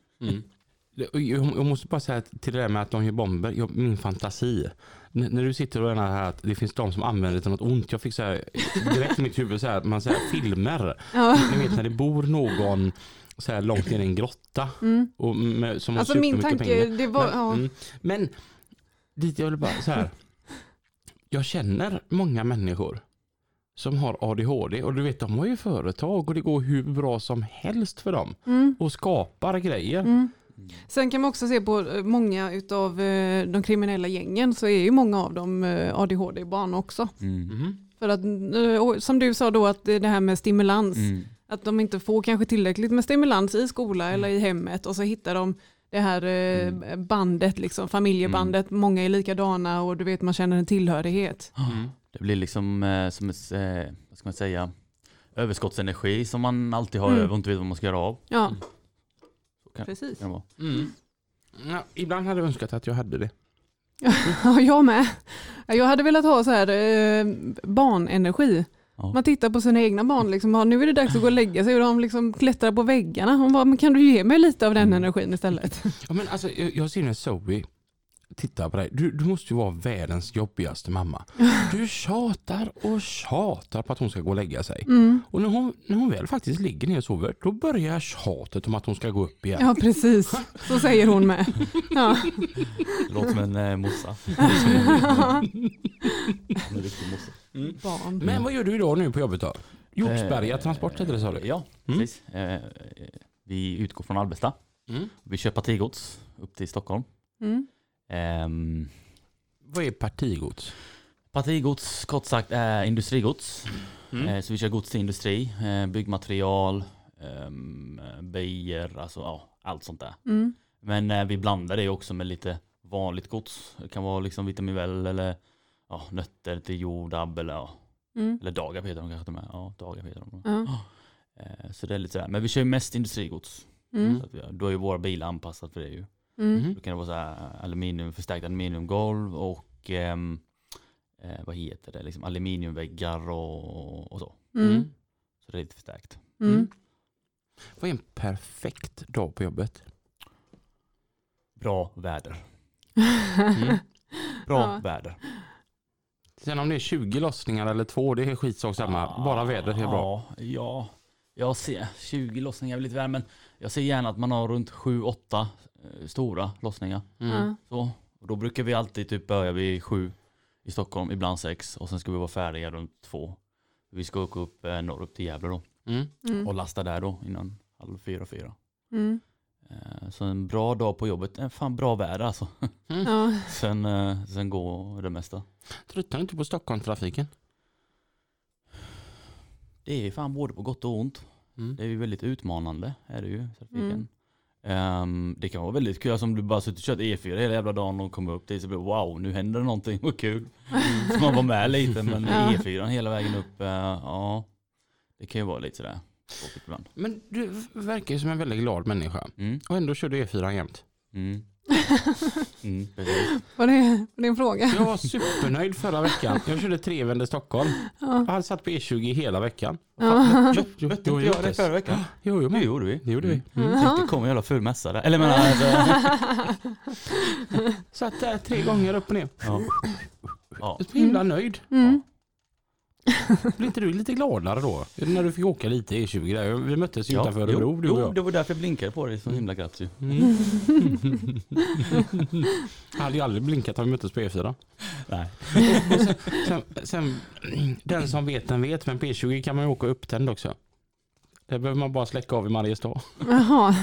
Jag måste bara säga till det där med att de gör bomber, min fantasi. När du sitter och menar här att det finns de som använder det till något ont. Jag fick så här, direkt i mitt huvud så här, man säger filmer. Ni vet när det bor någon så här långt ner i en grotta. Och som alltså min tanke, det var... Men dit jag vill bara så här. Jag känner många människor som har ADHD och du vet de har ju företag och det går hur bra som helst för dem och skapar grejer. Sen kan man också se på många utav de kriminella gängen så är ju många av dem ADHD-barn också. För att som du sa då att det här med stimulans att de inte får kanske tillräckligt med stimulans i skola eller i hemmet och så hittar de det här bandet liksom, familjebandet, många är likadana och du vet man känner en tillhörighet. Det blir liksom som ett, vad ska man säga, överskottsenergi som man alltid har över och inte vet vad man ska göra av. Ja, precis. Ja, ibland hade jag önskat att jag hade det. Ja, jag med. Jag hade velat ha så här barnenergi. Ja. Man tittar på sina egna barn liksom, nu är det dags att gå och lägga sig och de liksom klättrar på väggarna. Hon bara, men kan du ge mig lite av den energin istället? Ja, men alltså, jag ser när Zoe tittar på dig. Du måste ju vara världens jobbigaste mamma. Du tjatar på att hon ska gå och lägga sig. Och när hon väl faktiskt ligger ner och sover, då börjar tjatet om att hon ska gå upp igen. Ja, precis. Så säger hon med. Ja. Det låter som en mossa. En riktig mossa. Barn. Men vad gör du idag nu på jobbet då? Hjortsberga transport heter det, sa du? Ja, precis. Vi utgår från Alvesta. Vi kör partigods upp till Stockholm. Vad är partigods? Partigods kort sagt är industrigods. Så vi kör gods till industri, byggmaterial, bier, alltså allt sånt där. Men vi blandar det också med lite vanligt gods. Det kan vara liksom vitaminväll eller nötter till jordabb eller dagar heter de kanske med. Ja, dagar heter de. Så det är lite sådär. Men vi kör mest industrigods. Så att då är ju våra bilar anpassat för det ju. Då kan det vara så här förstärkt aluminiumgolv och vad heter det? Liksom aluminiumväggar och så. Så det är lite förstärkt. Vad är en perfekt dag på jobbet? Bra väder. Bra väder. Sen om det är 20 lossningar eller 2, det är skitsak samma. Bara vädret är bra. Ja. Jag ser 20 lossningar lite värre, men jag ser gärna att man har runt 7-8 stora lossningar. Så, och då brukar vi alltid typ börja vid 7 i Stockholm, ibland 6 och sen ska vi vara färdiga runt 2. Vi ska åka upp norr upp till Gävle då och lasta där då innan 3:30, 4. Så en bra dag på jobbet är fan bra väder alltså. Sen går det mesta. Tröttnar inte på Stockholmstrafiken? Det är fan både på gott och ont. Det är ju väldigt utmanande, är det ju, trafiken. Det kan vara väldigt kul som du bara suttit och kört E4 hela jävla dagen och kommer upp dit så blir wow, nu händer det någonting, vad kul. Så man var med lite, men E4 hela vägen upp, det kan ju vara lite sådär. Men du verkar ju som en väldigt glad människa. Och ändå kör du E4 jämt. Var det en fråga? Jag var supernöjd förra veckan. Jag körde 3 vändor Stockholm. Jag hade satt på E20 hela veckan. Mötte inte jag det förra veckan? Jo, det gjorde vi. Det kom en jävla full mässa där. Eller satt där 3 gånger upp och ner. Ja. Jag är så himla nöjd. Blir inte du lite gladare då? När du fick åka lite E20 där. Vi möttes ju utanför Örebro. Jo, det var därför jag blinkade på dig. Så himla glatt ju. Jag hade ju aldrig blinkat om vi möttes på E4. Nej. Sen den som vet den vet. Men på E20 kan man ju åka upptänd också. Det behöver man bara släcka av i Mariestad. Jaha.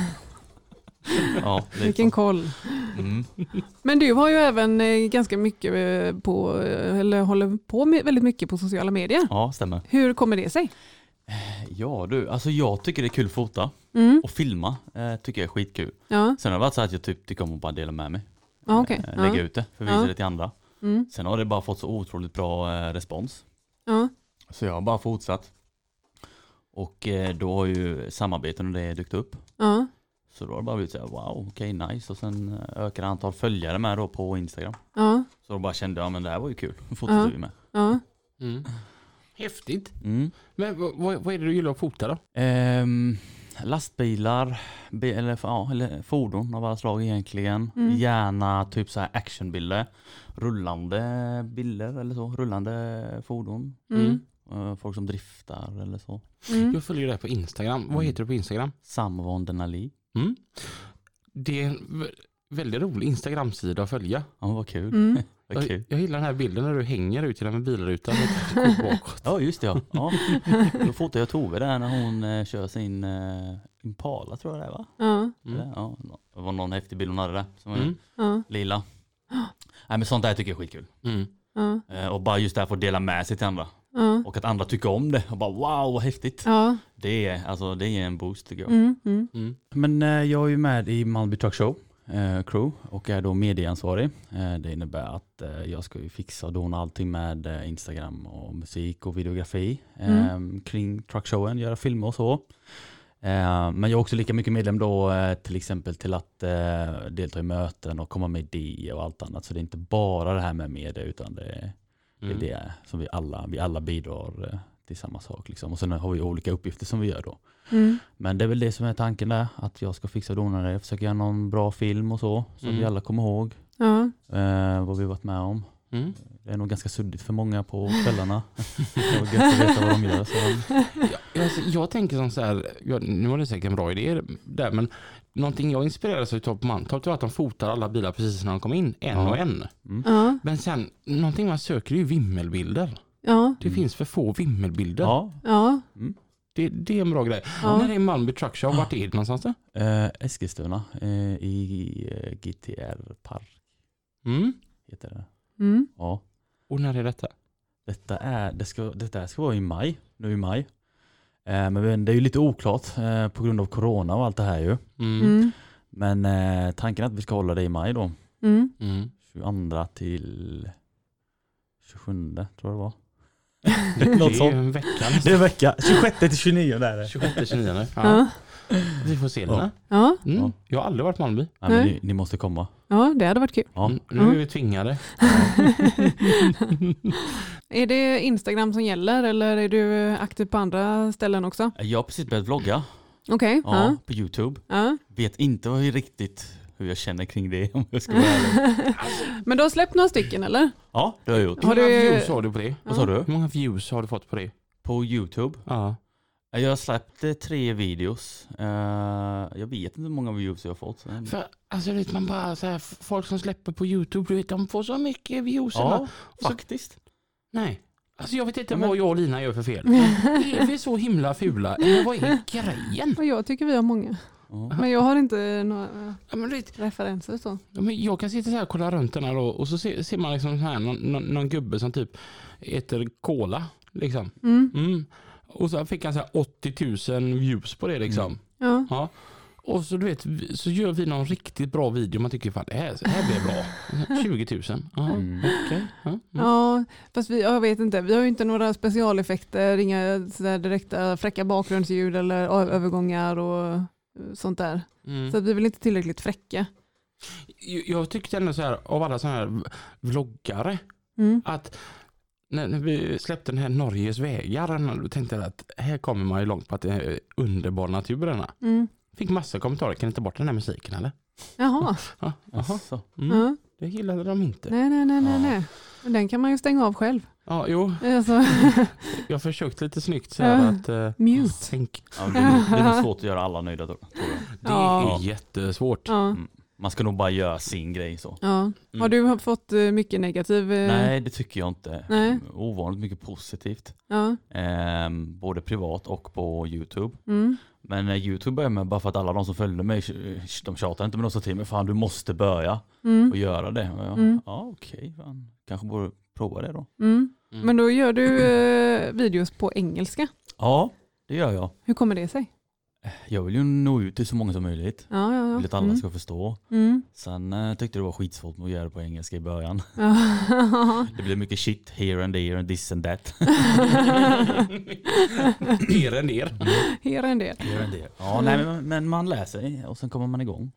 Ja, vilken koll. Men du har ju även ganska mycket eller håller på med väldigt mycket på sociala medier. Ja, stämmer. Hur kommer det sig? Ja du, alltså jag tycker det är kul att fota och filma, tycker jag är skitkul. Sen har det varit så att jag tycker om att bara dela med mig. Lägga ut det, för visa det till andra. Sen har det bara fått så otroligt bra respons. Så jag har bara fortsatt. Och då har ju samarbeten och det dykt upp. Så då har det bara blivit så här, wow, okej, nice. Och sen ökar antal följare med då på Instagram. Så då bara kände jag, men det här var ju kul. Fotar vi med. Häftigt. Men vad är det du gillar att fota då? Lastbilar, eller fordon av alla slag egentligen. Gärna typ så här actionbilder. Rullande bilder eller så. Rullande fordon. Folk som driftar eller så. Jag följer det på Instagram. Vad heter du på Instagram? Samvon Denali. Det är en väldigt rolig Instagram-sida att följa. Ja, vad kul. Jag gillar den här bilden när du hänger ut genom en bilruta. Ja, just det. Ja. Då fotar jag Tove där när hon kör sin Impala, tror jag det va? Ja, det var någon häftig bil hon hade där. Som lila. Nej, men sånt där tycker jag är skitkul. Och bara just därför att dela med sig till andra. Och att andra tycker om det och bara wow, vad häftigt. Det är en boost tycker jag. Men jag är ju med i Malmby Truck Show crew och är då medieansvarig. Det innebär att jag ska ju fixa och dona allting med Instagram och musik och videografi kring truckshowen, göra filmer och så. Men jag är också lika mycket medlem då till exempel till att delta i möten och komma med idéer och allt annat. Så det är inte bara det här med media utan det är det som vi alla bidrar till samma sak. Liksom. Och sen har vi olika uppgifter som vi gör då. Men det är väl det som är tanken där. Att jag ska fixa donare, försöka göra någon bra film och så vi alla kommer ihåg vad vi varit med om. Det är nog ganska suddigt för många på kvällarna. Det är gött att veta vad de gör. Jag tänker som så här, nu var det säkert en bra idé där, men någonting jag inspireras av på Mantorp är att de fotar alla bilar precis när de kommer in, en och en. Men sen, någonting man söker är ju vimmelbilder. Det finns för få vimmelbilder. Det är en bra grej. När det är Malmby Truck Show, vart är det någonstans då? Eskilstuna i GTR Park heter det. Ja. Och när är detta? Detta ska vara i maj. Nu i maj. Men det är ju lite oklart på grund av corona och allt det här ju. Men tanken är att vi ska hålla det i maj då. 22 till 27 tror jag det var. Det är en vecka. Det är en vecka. 26 till 29 där är det. 26 till 29. Ja. Vi får se det. Jag har aldrig varit i Malmby. Ja, men ni måste komma. Ja, det hade varit kul. Nu är vi tvingade. Är det Instagram som gäller eller är du aktiv på andra ställen också? Jag har precis börjat vlogga. Okej. På YouTube. Vet inte riktigt hur jag känner kring det om jag ska vara ärlig. Men du har släppt några stycken eller? Ja, det har jag gjort. Hur många views har du på det? Vad sa du? Hur många views har du fått på det? På YouTube? Ja. Jag har släppt 3 videos. Jag vet inte hur många views jag har fått. För, alltså vet man bara så här, folk som släpper på YouTube, du vet, de får så mycket views. Ja, faktiskt. Nej. Alltså jag vet inte vad jag och Lina gör för fel. Är vi så himla fula? Eller vad är grejen? Och jag tycker vi har många. Men jag har inte några referenser så. Ja, men jag kan sitta så här och kolla runt den här och så ser man liksom så här någon gubbe som typ äter cola liksom. Och så fick han så här 80 000 views på det liksom. Ja. Och så du vet, så gör vi någon riktigt bra video. Man tycker fan det här blir bra. 20 000. Okej. Ja, fast jag vet inte. Vi har ju inte några specialeffekter, inga så där direkta fräcka bakgrundsljud eller övergångar och sånt där. Så att vi är väl inte tillräckligt fräcka. Jag tyckte ändå så här av alla sådana här vloggare att när vi släppte den här Norges vägar, då tänkte jag att här kommer man ju långt på att det är underbar natur. Fick massa kommentarer. Kan inte bort den här musiken eller? Jaha. Det gillade de inte. Nej. Men den kan man ju stänga av själv. Ja, jo. Alltså. Jag har försökt lite snyggt så här att... mute. Det är nog svårt att göra alla nöjda tror jag. Det är jättesvårt. Man ska nog bara göra sin grej så. Har du fått mycket negativ? Nej, det tycker jag inte. Nej. Ovanligt mycket positivt. Både privat och på YouTube. Men när YouTube började med, bara för att alla de som följde mig, de tjatade inte med något så till mig. Fan, du måste börja och göra det. Okej. Kanske borde prova det då. Men då gör du videos på engelska? Ja, det gör jag. Hur kommer det sig? Jag vill ju nå ut till så många som möjligt. Jag vill att alla ska förstå. Sen tyckte det var skitsvårt att göra det på engelska i början. Det blev mycket shit here and there and this and that. Here and there. Here and there. Ja, nej, men man lär sig och sen kommer man igång.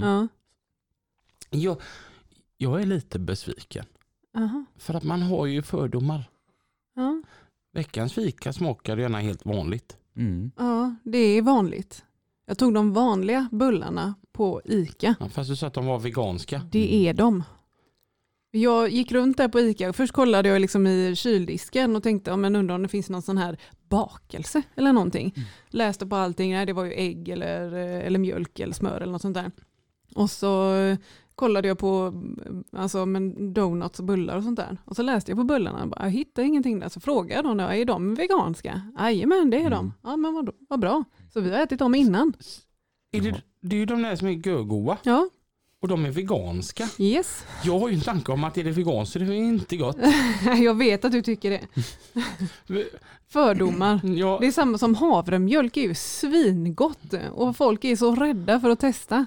Jag är lite besviken. För att man har ju fördomar. Veckans fika smakar gärna helt vanligt. Ja, det är vanligt. Jag tog de vanliga bullarna på ICA. Fast du sa att de var veganska. Det är de. Jag gick runt där på ICA och först kollade jag liksom i kyldisken och tänkte men undrar om det finns någon sån här bakelse eller någonting. Läste på allting, nej, det var ju ägg eller mjölk eller smör eller något sånt där. Och så kollade jag på donuts och bullar och sånt där. Och så läste jag på bullarna och jag hittade ingenting där. Så frågade jag dem, är de veganska? Jajamän, det är de. Ja, men vad bra. Så vi har ätit dem innan. Det är ju de där som är görgoda. Ja. Och de är veganska. Yes. Jag har ju en tanke om att är det veganskt så det är inte gott. Jag vet att du tycker det. Fördomar. Ja. Det är samma som havremjölk är ju svingott. Och folk är så rädda för att testa.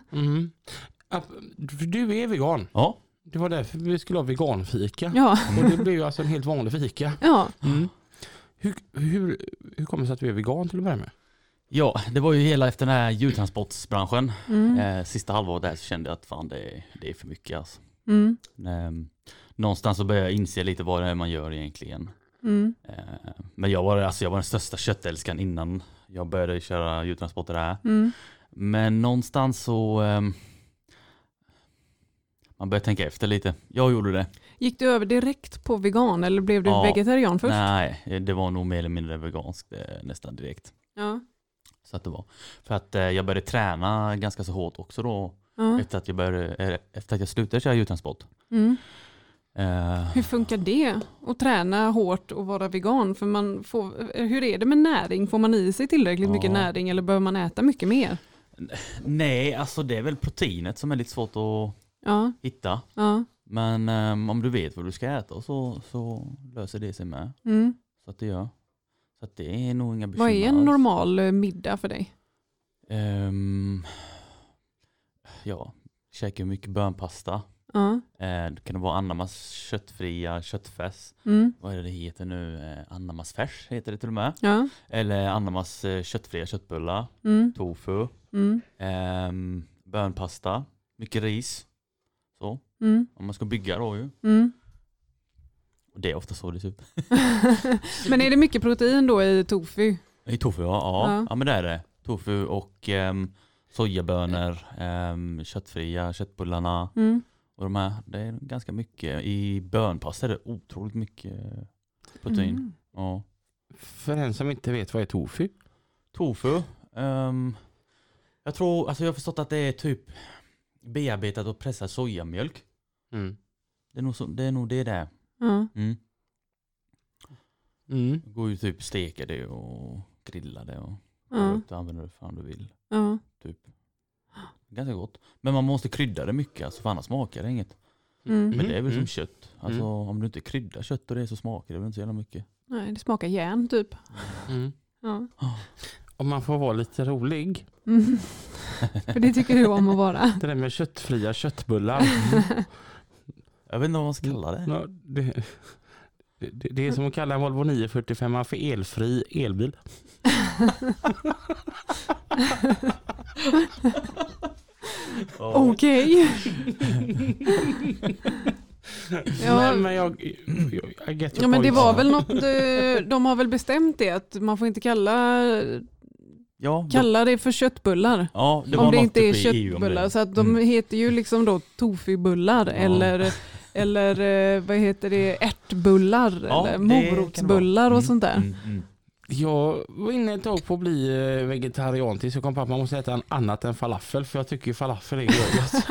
Du är vegan. Ja. Det var därför vi skulle ha veganfika. Ja. Och det blev ju alltså en helt vanlig fika. Ja. Hur kommer det sig att du är vegan till att börja med? Ja, det var ju hela efter den här djurtransportsbranschen. Sista halvåret där så kände jag att fan det är för mycket alltså. Någonstans så började jag inse lite vad det är man gör egentligen. Men jag var den största köttälskaren innan jag började köra djurtransporter här. Men någonstans så man började tänka efter lite. Jag gjorde det. Gick du över direkt på vegan eller blev du vegetarian först? Nej, det var nog mer eller mindre veganskt nästan direkt. Ja. Så att det var. För att jag började träna ganska så hårt också då. Efter att jag slutade köra djurtransport. Hur funkar det att träna hårt och vara vegan? För hur är det med näring? Får man i sig tillräckligt mycket näring eller behöver man äta mycket mer? Nej, alltså det är väl proteinet som är lite svårt att hitta. Men om du vet vad du ska äta så löser det sig med. Så att det gör. Så att det är nog inga bekymmer. Vad är en normal middag för dig? Käkar mycket bönpasta. Det kan vara ananas köttfria köttfärs. Vad är det heter nu? Ananasfärs heter det till och med. Eller ananas köttfria köttbullar. Tofu. Bönpasta. Mycket ris. Så. Om man ska bygga då ju. Och det är ofta så det ser ut. Men är det mycket protein då i tofu? I tofu, ja men det är det. Tofu och sojabönor, köttfria köttbullarna. Och de här, det är ganska mycket. I bönpasta är det otroligt mycket protein. Ja. För en som inte vet, vad är tofu? Tofu? Jag har förstått att det är typ bearbetat och pressad sojamjölk. Det är nog det där. Går ju typ steka det och grilla det och använder det fan du vill. Typ. Ganska gott. Men man måste krydda det mycket, alltså, för annars smakar det inget. Men det är väl som kött. Alltså, om du inte kryddar kött och det så smakar det väl inte så jävla mycket. Nej, det smakar järn typ. Ja. Om man får vara lite rolig. För det tycker du om att vara. Det där med köttfria köttbullar. Jag vet inte vad man ska kalla det. Ja, det är som att kalla en Volvo 945 för elfri elbil. Okej. Ja, men jag get your men det point. var väl något, de har väl bestämt det att man får inte kalla det för köttbullar. Ja, det var om det något inte är uppe i EU om köttbullar. det. Så att de heter ju liksom då tofibullar eller vad heter det, ärtbullar eller morotsbullar och sånt där. Jag var inne ett tag på att bli vegetarian tills jag kom på att man måste äta en annat än falafel, för jag tycker ju falafel är gott.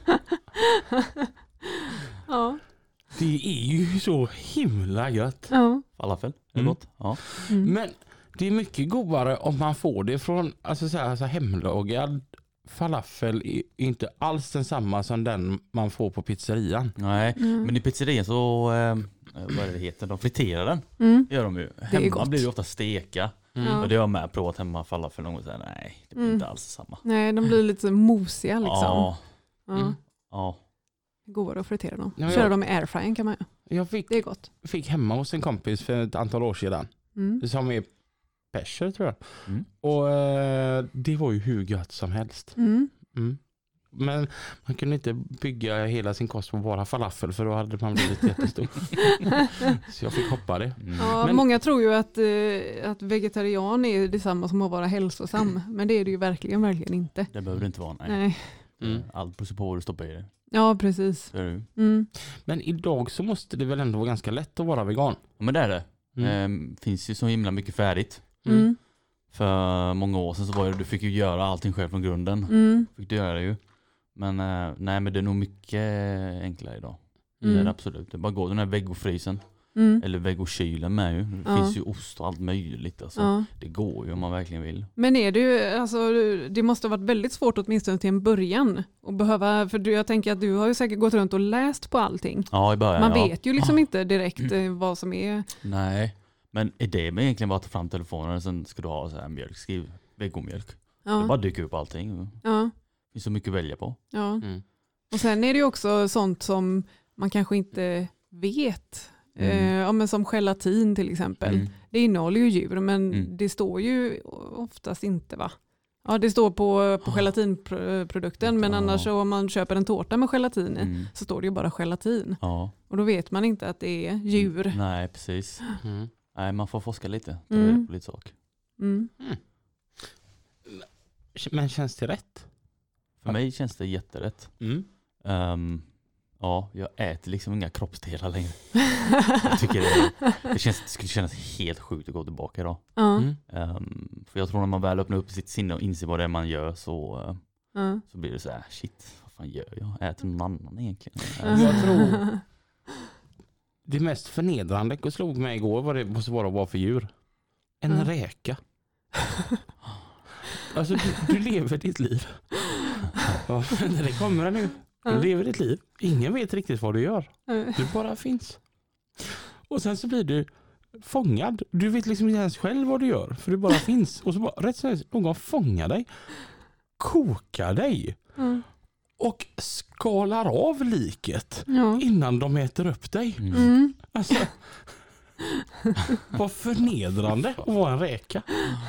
Ja. Det är ju så himla gött. Ja. Falafel, är det gott? Ja. Men det är mycket godare om man får det från alltså hemlagad falafel är inte alls densamma som den man får på pizzerian. Nej, men i pizzerian så vad är det heter? De friterar den. Gör de ju. Hemma blir det ofta steka. Och det har jag med provat hemma falafel någon gång och säger nej, det blir inte alls samma. Nej, de blir lite mosiga liksom. Ja. Godare att fritera dem. Köra dem i airfryern kan man göra. Det är gott. Jag fick hemma hos en kompis för ett antal år sedan. Som är perser tror jag. Och det var ju hur gött som helst. Men man kunde inte bygga hela sin kost på bara falafel, för då hade man blivit jättestor. Så jag fick hoppa det. Ja, men många tror ju att vegetarian är detsamma som att vara hälsosam. Men det är det ju verkligen inte. Det behöver det inte vara, nej. Allt beror på vad du stoppar i det. Ja, precis. Men idag så måste det väl ändå vara ganska lätt att vara vegan? Ja, men det är det. Finns ju så himla mycket färdigt. För många år sedan så var det, du fick ju göra allting själv från grunden. Fick du göra det ju. Men nej, men det är nog mycket enklare idag. Det är det absolut. Det bara går den här vegofrysen. Eller vegokylen med ju. Det finns ju ost och allt möjligt. Alltså. Det går ju om man verkligen vill. Men är det ju, alltså, det måste ha varit väldigt svårt åtminstone till en början. Och behöva, för jag tänker att du har ju säkert gått runt och läst på allting. Ja, i början. Man vet ju liksom inte direkt vad som är. Nej, men är det egentligen bara att ta fram telefonen och sen ska du ha så här mjölk, skriv vegomjölk. Det bara dyker upp allting. Det finns så mycket att välja på. Ja. Och sen är det ju också sånt som man kanske inte vet. Men som gelatin till exempel. Det innehåller ju djur, men det står ju oftast inte, va? Ja, det står på gelatinprodukten, men annars så om man köper en tårta med gelatin i så står det ju bara gelatin. Och då vet man inte att det är djur. Nej, precis. Nej, man får forska lite. Det är lite sak. Men känns det rätt? För mig känns det jätterätt. Ja, jag äter liksom inga kroppsdelar längre. Jag tycker det skulle kännas helt sjukt att gå tillbaka idag. För jag tror när man väl öppnar upp sitt sinne och inser vad det är man gör så blir det så här, shit, vad fan gör jag? Äter någon annan egentligen? Jag tror det mest förnedrande och slog mig igår vad det måste vara att vara för djur. En räka. Alltså du lever ditt liv. Ja, när det kommer nu. Du lever ditt liv. Ingen vet riktigt vad du gör. Du bara finns. Och sen så blir du fångad. Du vet liksom inte ens själv vad du gör. För du bara finns. Och så bara rätt så någon fångar dig. Kokar dig. Och skalar av liket. Innan de äter upp dig. Alltså, vad förnedrande att vara en räka.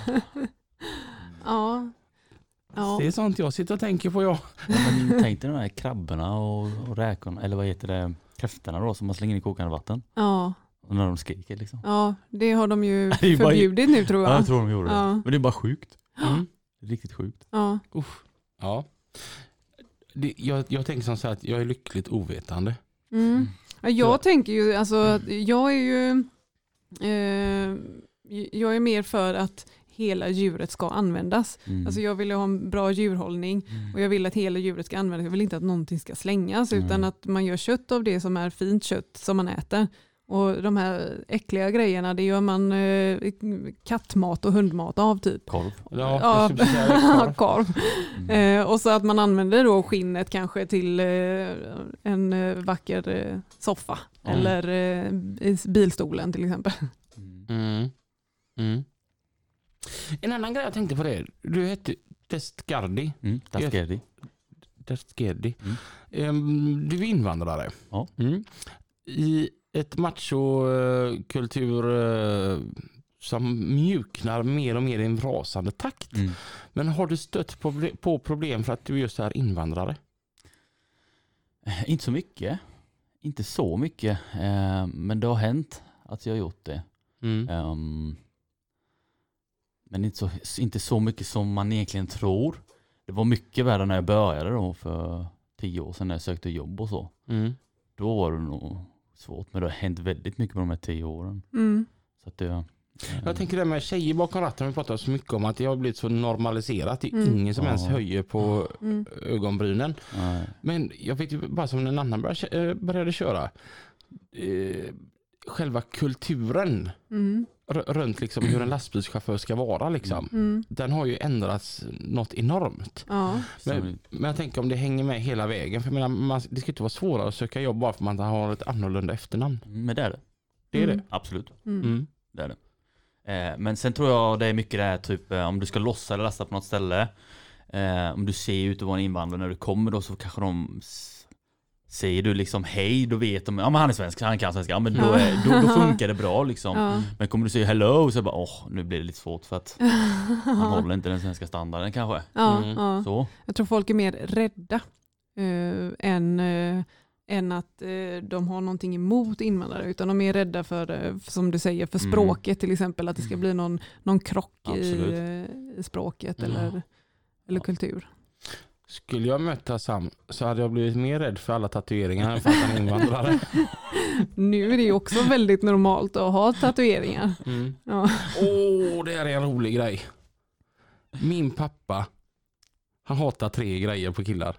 Ja. Det är sånt jag sitter och tänker på. Men tänk dig de här krabborna och räkorna, eller vad heter det, kräftorna då som man slänger in i kokande vatten. Ja. Och när de skriker liksom. Ja, det har de ju förbjudit nu tror jag. Ja, jag tror de gjorde det. Men det är bara sjukt. Riktigt sjukt. Ja. Ja. Jag tänker som så att jag är lyckligt ovetande. Jag tänker ju, alltså jag är ju jag är mer för att hela djuret ska användas. Alltså jag vill ha en bra djurhållning och jag vill att hela djuret ska användas. Jag vill inte att någonting ska slängas utan att man gör kött av det som är fint kött som man äter. Och de här äckliga grejerna, det gör man kattmat och hundmat av typ. Korv. Ja, korv. Och så att man använder då skinnet kanske till en vacker soffa. Eller i bilstolen till exempel. En annan grej jag tänkte på det. Du heter Dastgardi. Dastgardi. Du är invandrare. Ja. I ett machokultur som mjuknar mer och mer i en rasande takt. Men har du stött på problem för att du är just är invandrare? Inte så mycket. Inte så mycket. Men det har hänt att jag har gjort det. Men inte så mycket som man egentligen tror. Det var mycket värre när jag började då för 10 år sedan när jag sökte jobb och så. Då var det nog svårt, men det har hänt väldigt mycket på de här 10 åren. Så att det, jag tänker det med tjejer bakom ratten, vi pratar så mycket om att det har blivit så normaliserat. Det är ingen som ens höjer på ögonbrynen. Men jag vet ju bara som en annan började köra. Själva kulturen runt liksom hur en lastbilschaufför ska vara liksom. Den har ju ändrats något enormt. Men jag tänker om det hänger med hela vägen, för jag menar, det ska inte vara svårare att söka jobb bara för att man har ett annorlunda efternamn. Men det är det. Det är det. Absolut. Det är det. Men sen tror jag det är mycket det här typ om du ska lossa eller lasta på något ställe, om du ser ut att vara en invandrare när du kommer då, så kanske de säger du liksom hej, då vet de, ja men han är svensk, han kan svenska, ja men då funkar det bra liksom. Men kommer du säga hello så bara, nu blir det lite svårt för att han håller inte den svenska standarden kanske. Så. Jag tror folk är mer rädda än att de har någonting emot invandrare, utan de är rädda för, som du säger, för språket till exempel, att det ska bli någon krock i språket eller kultur. Skulle jag möta Sam så hade jag blivit mer rädd för alla tatueringar än för att han är invandrare. Nu är det ju också väldigt normalt att ha tatueringar. Det här är en rolig grej. Min pappa, han hatar 3 grejer på killar.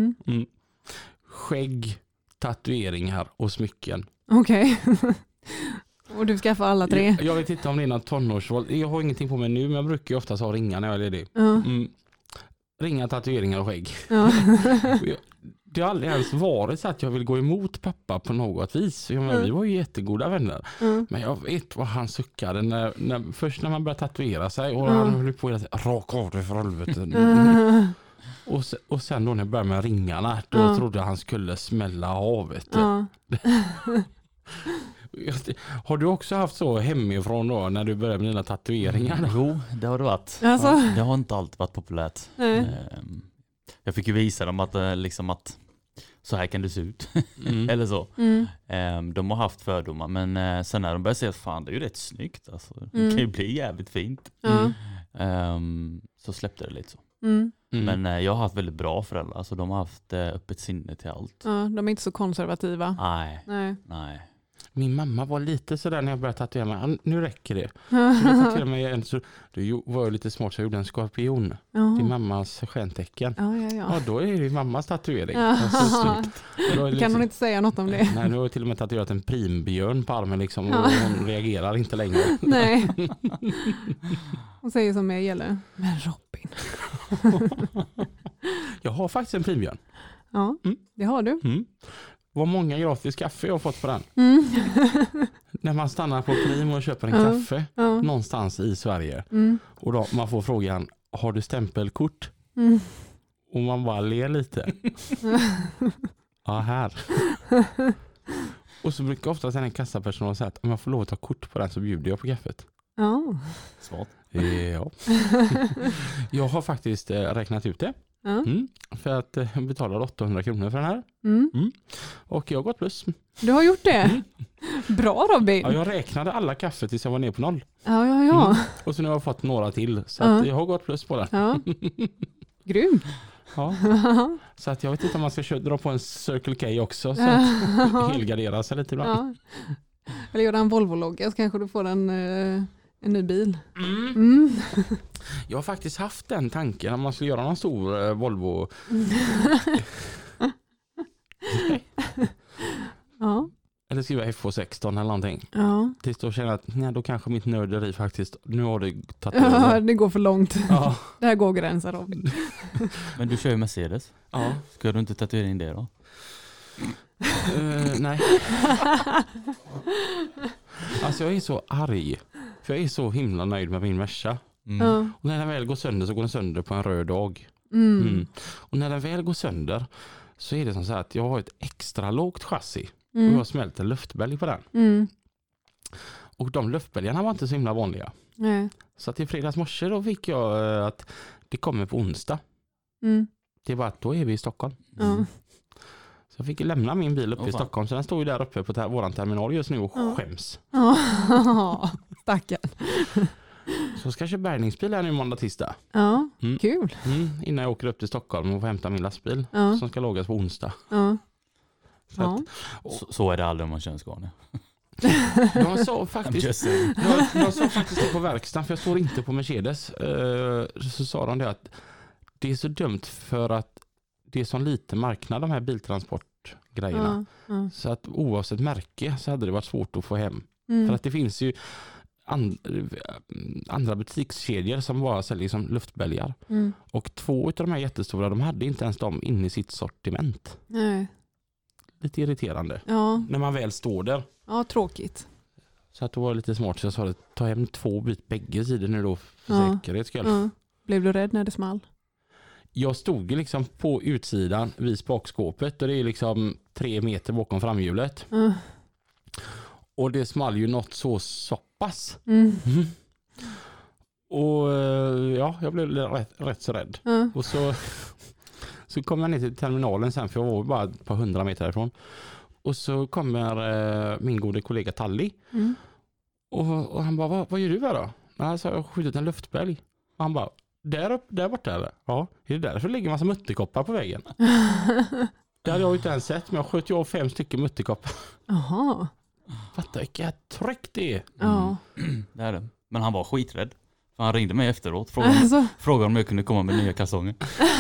Skägg, tatueringar och smycken. Okej. Och du skaffar alla 3? Jag vet inte om det är någon tonårsvåld. Jag har ingenting på mig nu, men jag brukar ju oftast ha ringar när jag är ledig. Ringa, tatueringar och skägg. Det har aldrig ens varit så att jag vill gå emot pappa på något vis. Vi var ju jättegoda vänner. Men jag vet vad han suckade först när man började tatuera sig och han höll på att raka av det för helvete. Och sen då när jag började med ringarna, då trodde jag han skulle smälla av. Har du också haft så hemifrån då när du började med dina tatueringar? Jo, det har det varit. Alltså. Det har inte alltid varit populärt. Jag fick ju visa dem att så här kan det se ut. Eller så. De har haft fördomar, men sen när de började säga att fan, det är ju rätt snyggt. Alltså. Det kan ju bli jävligt fint. Så släppte det lite så. Men jag har haft väldigt bra föräldrar. Alltså, de har haft öppet sinne till allt. De är inte så konservativa. Nej. Min mamma var lite sådär när jag började tatuera mig. Nu räcker det. Så jag tatuerade mig igen. Så du var ju lite smart så jag gjorde en skorpion till mammas stjärntecken. Ja, då är det mammas tatuering. Kan hon inte säga något om det? Nej, nu har jag till och med tatuerat en primbjörn på armen liksom, och hon reagerar inte längre. Nej. Hon säger som jag gäller. Men Robin. Jag har faktiskt en primbjörn. Ja, det har du. Vad många gratis kaffe jag har fått på den. När man stannar på Prim och köper en kaffe någonstans i Sverige och då man får frågan, har du stämpelkort? Och man bara ler lite. Ja, här. Och så brukar ofta en kassapersonal säga att om jag får lov att ta kort på den så bjuder jag på kaffet. Svårt. Ja. Jag har faktiskt räknat ut det. För att betala 800 kronor för den här. Och jag har gått plus. Du har gjort det? Bra Robin. Ja, jag räknade alla kaffe tills jag var ner på 0. Ja. Och så nu har jag fått några till. Så att jag har gått plus på den. Ja. Grymt. Ja. Så att jag vet inte om man ska dra på en Circle K också. Så att helgardera sig lite ibland. Eller göra en Volvo-logga så kanske du får en ny bil. Jag har faktiskt haft den tanken om man skulle göra någon stor Volvo. eller skriva FH16 eller någonting. Ja. Tills då känner jag att nej, då kanske mitt nörderi faktiskt, nu har det tagit över. Ja, det går för långt. Ja. Det här går gränser då. Men du kör ju Mercedes. Ja. Ska du inte tatuera in det då? Nej. Alltså jag är så arg. För jag är så himla nöjd med min Merca. Och när den väl går sönder så går den sönder på en röd dag. Och när den väl går sönder så är det som så här att jag har ett extra lågt chassi. Och jag har smält en luftbälg på den. Och de luftbälgarna var inte så himla vanliga. Så att i fredags morse då fick jag att det kommer på onsdag. Det var att då är vi i Stockholm. Så jag fick lämna min bil uppe i Stockholm. Så den står ju där uppe på våran terminal just nu och skäms. Stackarn. Så ska jag köra bärgningsbil här nu måndag tisdag. Ja, kul. Innan jag åker upp till Stockholm och får hämta min lastbil som ska lagas på onsdag. Så är det aldrig om man kör en Scania. De sa faktiskt det på verkstaden, för jag står inte på Mercedes. Så sa de det att det är så dumt för att det är så liten marknad, de här biltransportgrejerna. Så att oavsett märke så hade det varit svårt att få hem. För att det finns ju andra butikskedjor som bara säljer liksom luftbälgar. Och 2 av de här jättestora, de hade inte ens dem inne i sitt sortiment. Nej. Lite irriterande. Ja. När man väl står där. Ja, tråkigt. Så att det var lite smart, så jag sa att ta hem 2 bit bägge sidor nu då för säkerhets skull. Blev du rädd när det small? Jag stod liksom på utsidan vid spakskåpet och det är liksom 3 meter bakom framhjulet. Och det small ju något så pass. Och ja, jag blev rätt så rädd. Och så kom jag ner till terminalen sen, för jag var bara ett par 100 meter därifrån. Och så kommer min gode kollega Talli. Och han bara, vad gör du här då? Han sa, jag har skjutit en luftbälg. Och han bara, där borta eller? Ja, är det därför det ligger en massa mutterkoppar på väggen? Det hade jag inte ens sett, men jag sköt ju av 5 stycken mutterkoppar. Jaha. Fattar vilka tryck det är. Ja. Det är det. Men han var skiträdd. För han ringde mig efteråt. Frågade om jag kunde komma med nya kalsonger.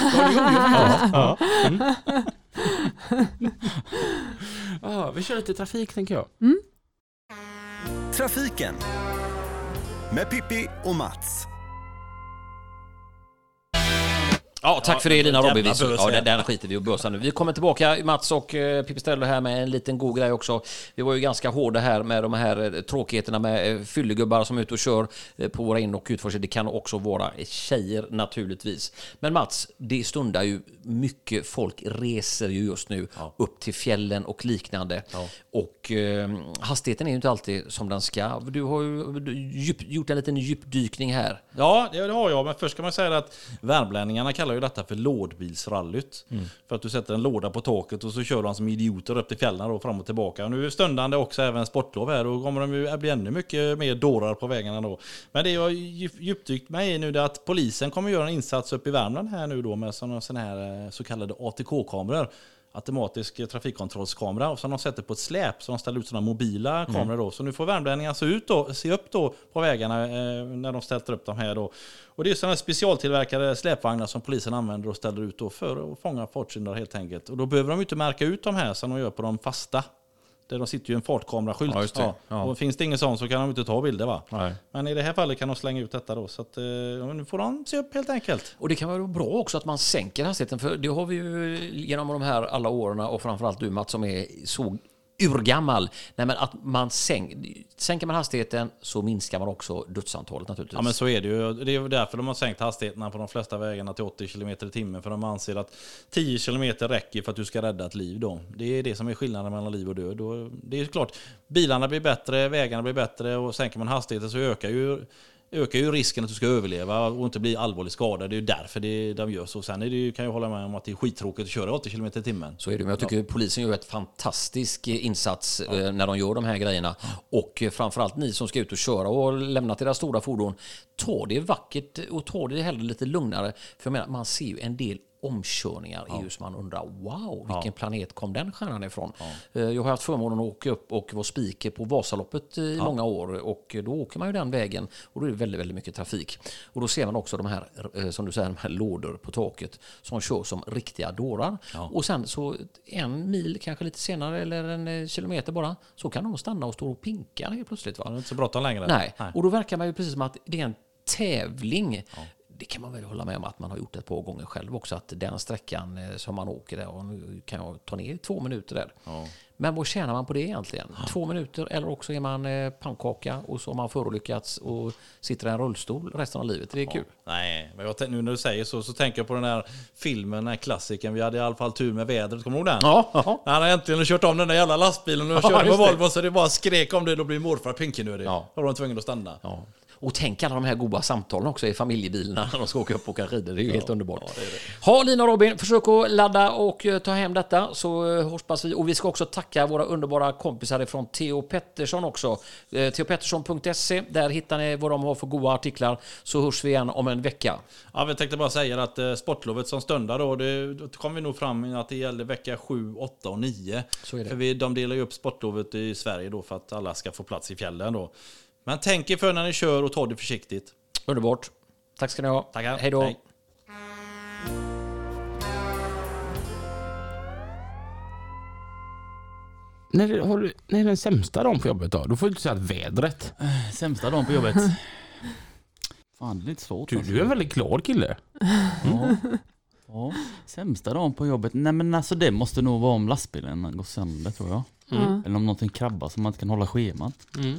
Vi kör lite trafik, tänker jag. Trafiken med Pippi och Mats. Ja, tack för det Lina Robby. Den skiter vi och bösar nu. Vi kommer tillbaka, Mats och Pippi ställer här med en liten god grej också. Vi var ju ganska hårda här med de här tråkigheterna med fyllegubbar som är ute och kör på våra in- och utfarter. Det kan också vara tjejer naturligtvis. Men Mats, det stundar ju mycket, folk reser ju just nu upp till fjällen och liknande. Och hastigheten är ju inte alltid som den ska. Du har ju gjort en liten djupdykning här. Ja, det har jag. Men först kan man säga att värmlänningarna kallar ju detta för lådbilsrallyt. För att du sätter en låda på taket och så kör de som idioter upp till fjällen och fram och tillbaka. Och nu är stundande också även sportlov här, och kommer de ju bli ännu mycket mer dårar på vägarna då. Men det jag djupdykt mig i nu är att polisen kommer göra en insats upp i Värmland här nu då med sådana här så kallade ATK-kameror. Automatisk trafikkontrollskamera, som de sätter på ett släp, så de ställer ut sådana mobila kameror då. Så nu får värmlänningar se upp då på vägarna när de ställer upp de här då. Och det är sådana specialtillverkade släpvagnar som polisen använder och ställer ut då för att fånga fartsyndare helt enkelt. Och då behöver de inte märka ut de här som de gör på de fasta. Där de sitter ju en fartkameraskylt. Och finns det ingen sån så kan de inte ta bilder, va? Nej. Men i det här fallet kan de slänga ut detta då. Så att, nu får de se upp helt enkelt. Och det kan vara bra också att man sänker hastigheten. För det har vi ju genom de här alla åren, och framförallt du Mats som är så urgammal. Nej, men att man sänker man hastigheten så minskar man också dödsantalet naturligtvis. Ja, men så är det ju. Det är därför de har sänkt hastigheterna på de flesta vägarna till 80 km i timmen. För de anser att 10 km räcker för att du ska rädda ett liv då. Det är det som är skillnaden mellan liv och död. Och det är klart, bilarna blir bättre, vägarna blir bättre, och sänker man hastigheten så ökar ju risken att du ska överleva och inte bli allvarligt skadad. Det är ju därför de gör så. Sen är det ju, kan jag hålla med om att det är skittråkigt att köra 80 km i timmen. Så är det, men jag tycker polisen gör ett fantastisk insats när de gör de här grejerna. Och framförallt ni som ska ut och köra och lämna till era stora fordon, ta det vackert och ta det hellre lite lugnare. För jag menar, man ser ju en del omkörningar är ju som man undrar, wow, vilken planet kom den stjärnan ifrån? Jag har haft förmånen att åka upp och vara speaker på Vasaloppet i många år, och då åker man ju den vägen och då är det väldigt, väldigt mycket trafik. Och då ser man också de här, som du säger, de här lådor på taket som kör som riktiga dårar. Och sen så 1 mil kanske lite senare eller 1 kilometer bara, så kan de stanna och stå och pinka helt plötsligt. Va? Det är inte så bråttom längre. Nej, och då verkar man ju precis som att det är en tävling. Det kan man väl hålla med om att man har gjort ett par gånger själv också, att den sträckan som man åker där, och nu kan jag ta ner 2 minuter där. Men vad tjänar man på det egentligen? 2 minuter, eller också är man pannkaka och så har man förolyckats och sitter i en rullstol resten av livet. Det är kul. Nej, men nu när du säger så tänker jag på den här filmen, den här klassiken. Vi hade i alla fall tur med vädret, kommer du ihåg den? Ja. Han har äntligen kört om den där jävla lastbilen och körde på Volvo, så det bara skrek om det, då blir morfar pinkenödig. Då var de tvungna att stanna. Ja. Och tänk alla de här goda samtalen också i familjebilarna när de ska åka upp och åka skidor. Det är ju helt underbart. Lina och Robin, försök att ladda och ta hem detta, så hoppas vi. Och vi ska också tacka våra underbara kompisar från Theo Pettersson också. Theopettersson.se, där hittar ni vad de har för goda artiklar. Så hörs vi igen om en vecka. Ja, vi tänkte bara säga att sportlovet som stundar då kommer vi nog fram att det gäller vecka 7, 8 och 9. Så är det. För de delar ju upp sportlovet i Sverige då för att alla ska få plats i fjällen då. Men tänk er för när ni kör och ta det försiktigt. Underbart. Tack ska ni ha. Tackar. Hej då. Hej. När är den sämsta dagen på jobbet då? Då får du inte säga att vädret. Sämsta dagen på jobbet. Fan, det är lite svårt. Du är en väldigt glad kille. Ja, sämsta dagen på jobbet. Nej, men alltså det måste nog vara om lastbilen går sönder, tror jag. Eller om någonting krabbar som man inte kan hålla schemat.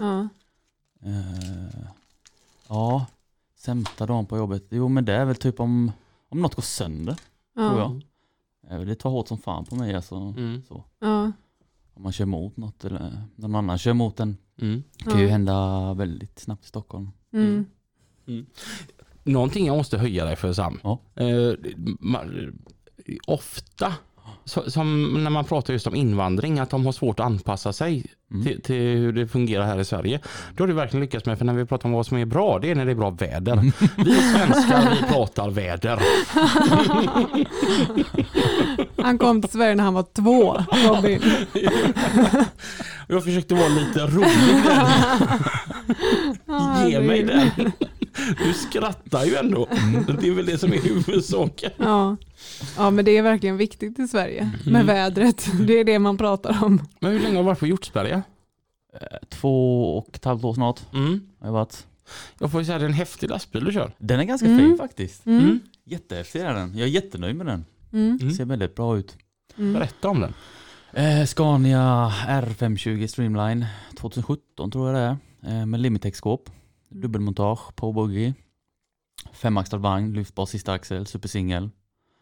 Ja, sämsta dagen på jobbet. Jo, men det är väl typ om något går sönder, tror jag. Det tar hårt som fan på mig, alltså. Så. Om man kör mot något eller någon annan kör mot en. Det kan ju hända väldigt snabbt i Stockholm. Någonting jag måste höja dig för, Sam. Ja. Ofta, som när man pratar just om invandring, att de har svårt att anpassa sig till hur det fungerar här i Sverige. Då har du verkligen lyckats med, för när vi pratar om vad som är bra, det är när det är bra väder. Vi svenskar, vi pratar väder. Han kom till Sverige när han var 2, Robin. Jag försökte vara lite rolig där. Ge mig den. Du skrattar ju ändå. Det är väl det som är huvudsaken. Ja, men det är verkligen viktigt i Sverige. Med vädret. Det är det man pratar om. Men hur länge har du varit på Hjortsberga? 2,5 år snart. Har jag varit. Jag får ju säga att det är en häftig lastbil du kör. Den är ganska fin faktiskt. Jättehäftig är den. Jag är jättenöjd med den. Ser väldigt bra ut. Berätta om den. Scania R520 Streamline 2017 tror jag det är. Med Limitex-skåp. Dubbelmontage på buggy. 5-axlad vagn, lyftbar sista axel, supersingel.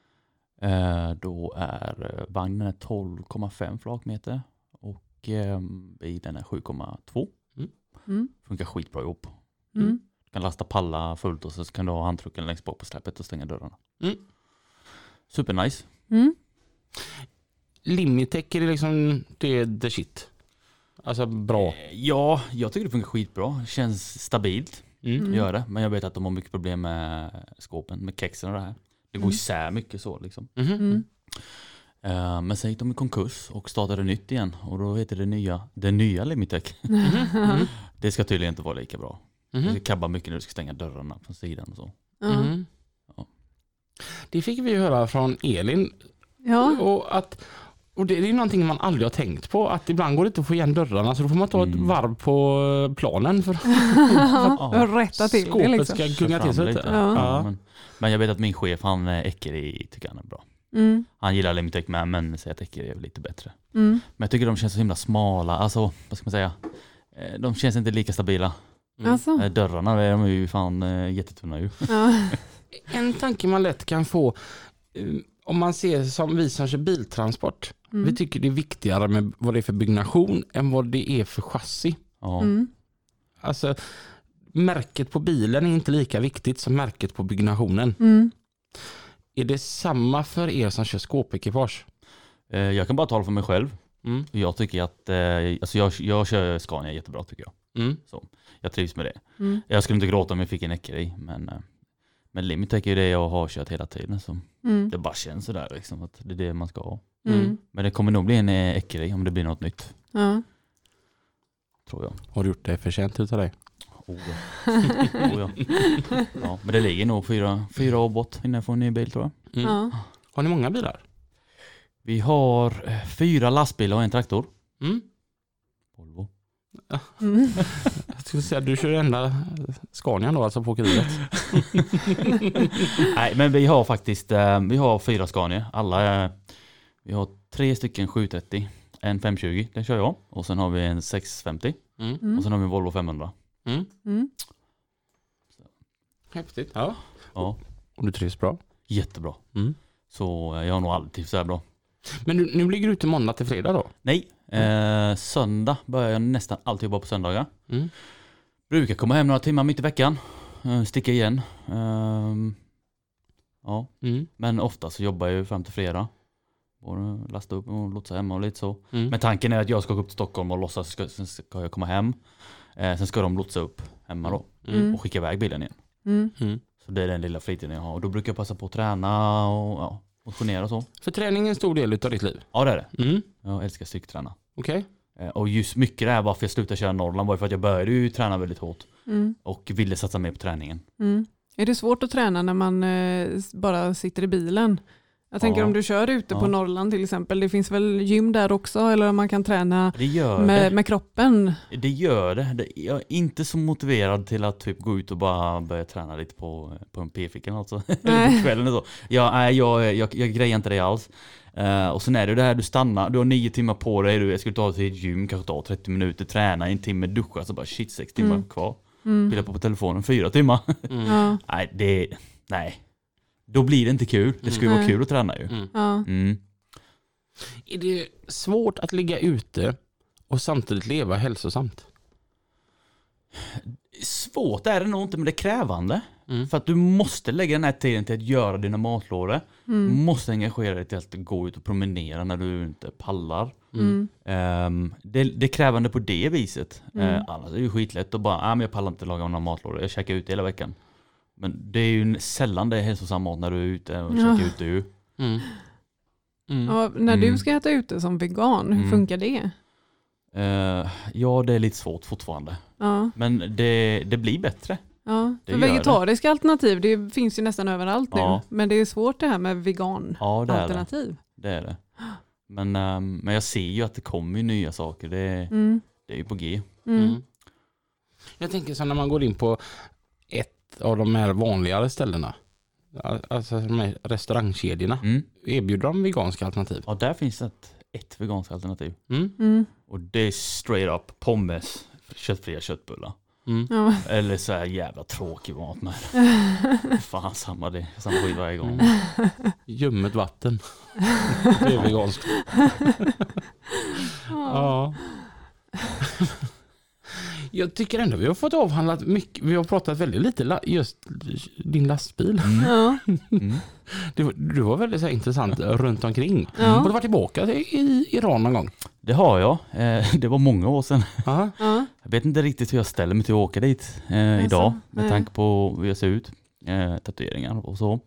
Då är vagnen 12,5 flakmeter och bilen är 7,2. Funkar skitbra ihop. Du kan lasta palla fullt och så kan du ha handtrucken längst bak på släpet och stänga dörrarna. Supernice. Limitech, är det liksom the shit? Alltså bra. Ja, jag tycker det funkar skitbra. Känns stabilt. Gör det. Men jag vet att de har mycket problem med skåpen, med kexen och det här. Det går isär mycket så liksom. Men sen gick de i konkurs och startade nytt igen. Och då heter det nya Limitech. Det ska tydligen inte vara lika bra. Det ska kabba mycket när du ska stänga dörrarna på sidan och så. Ja. Det fick vi höra från Elin. Och det är någonting man aldrig har tänkt på, att ibland går det inte att få igen dörrarna, så då får man ta ett varv på planen för att rätta till det liksom. Skåpet ska gunga till sig lite. Men jag vet att min chef, han Eckeri, tycker han är bra. Han gillar Limitech med, men säger att Eckeri är lite bättre. Men jag tycker de känns så himla smala, alltså vad ska man säga, de känns inte lika stabila. Dörrarna, de är ju fan jättetunna ju. En tanke man lätt kan få, om man ser som vi som kör biltransport, vi tycker det är viktigare med vad det är för byggnation än vad det är för chassi. Alltså, märket på bilen är inte lika viktigt som märket på byggnationen. Är det samma för er som kör skåpekipage? Jag kan bara tala för mig själv. Jag tycker att alltså jag kör Scania jättebra, tycker jag. Så jag trivs med det. Jag skulle inte gråta om jag fick en Eckeri, men Men limit är ju det jag har kört hela tiden. Så det bara känns sådär liksom, att det är det man ska ha. Men det kommer nog bli en äcklig om det blir något nytt. Ja. Tror jag. Har du gjort det för sent utav dig? Ja. Ja, men det ligger nog 4 år bort innan jag får en ny bil, tror jag. Ja. Har ni många bilar? Vi har 4 lastbilar och en traktor. Volvo. Jag skulle säga att du kör enda Scania då, alltså på åkeriet. Nej, men vi har faktiskt 4 Scania. Vi har 3 stycken 730, en 520, den kör jag. Och sen har vi en 650. Och sen har vi en Volvo 500. Häftigt. Ja. Och du trivs bra? Jättebra. Så jag har nog aldrig trivs så här bra. Men nu ligger du ute måndag till fredag då? Nej, söndag börjar jag nästan alltid jobba på söndagar. Brukar komma hem några timmar mitt i veckan. Sticka igen. Men ofta så jobbar jag ju fram till fredag. Och lasta upp och lotsa hemma och lite så. Men tanken är att jag ska gå upp till Stockholm och låtsas, sen ska jag komma hem. Sen ska de lotsa upp hemma då. Och skicka iväg bilen igen. Så det är den lilla fritiden jag har. Och då brukar jag passa på att träna och motionera och så. För träning är en stor del av ditt liv? Ja, det är det. Jag älskar styrketräna. Okej. Och just mycket det här varför jag slutade köra Norrland var för att jag började ju träna väldigt hårt. Och ville satsa mer på träningen. Är det svårt att träna när man bara sitter i bilen? Jag tänker om du kör ute på Norrland till exempel. Det finns väl gym där också? Eller man kan träna med kroppen? Det gör det. Jag är inte så motiverad till att typ gå ut och bara börja träna lite på en p-fickan alltså. Eller på kvällen och så. Jag grejer inte det alls. Och sen är det här, du har 9 timmar på dig. Jag skulle ta till ett gym, kanske ta 30 minuter, träna 1 timme, duscha, så bara 6 timmar kvar. Pilla på telefonen 4 timmar. Nej. Då blir det inte kul. Det skulle vara kul att träna ju. Är det svårt att ligga ute och samtidigt leva hälsosamt? Svårt är det nog inte, men det är krävande. För att du måste lägga den här tiden till att göra dina matlådor. Du måste engagera dig till att gå ut och promenera när du inte pallar. Det är krävande på det viset. Annars är det ju skitlätt att bara, men jag pallar inte laga några matlådor. Jag käkar ut hela veckan. Men det är ju sällan det är hälsosam mat när du är ute och käkar ute ju. Ja, när du ska äta ute som vegan, hur funkar det? Ja, det är lite svårt fortfarande. Men det blir bättre. Ja, för vegetariska alternativ, det finns ju nästan överallt nu. Men det är svårt det här med vegan alternativ. Det är det. Men jag ser ju att det kommer nya saker. Det är ju på G. Jag tänker så när man går in på ett av de här vanligare ställena, alltså de här restaurangkedjorna, erbjuder de veganska alternativ? Ja, där finns ett veganskt alternativ. Och det är straight up pommes, köttfria köttbullar. Eller så här jävla tråkig mat med. Fan, samma skit varje gång. Ljummet vatten. Det är veganskt. Ja. Jag tycker ändå vi har fått avhandlat mycket. Vi har pratat väldigt lite just din lastbil. Du var väldigt så intressant runt omkring. Har du varit tillbaka i Iran någon gång? Det har jag. Det var många år sedan. Jag vet inte riktigt hur jag ställer mig till att åka dit idag. Med tanke på hur jag ser ut. Tatueringar och så.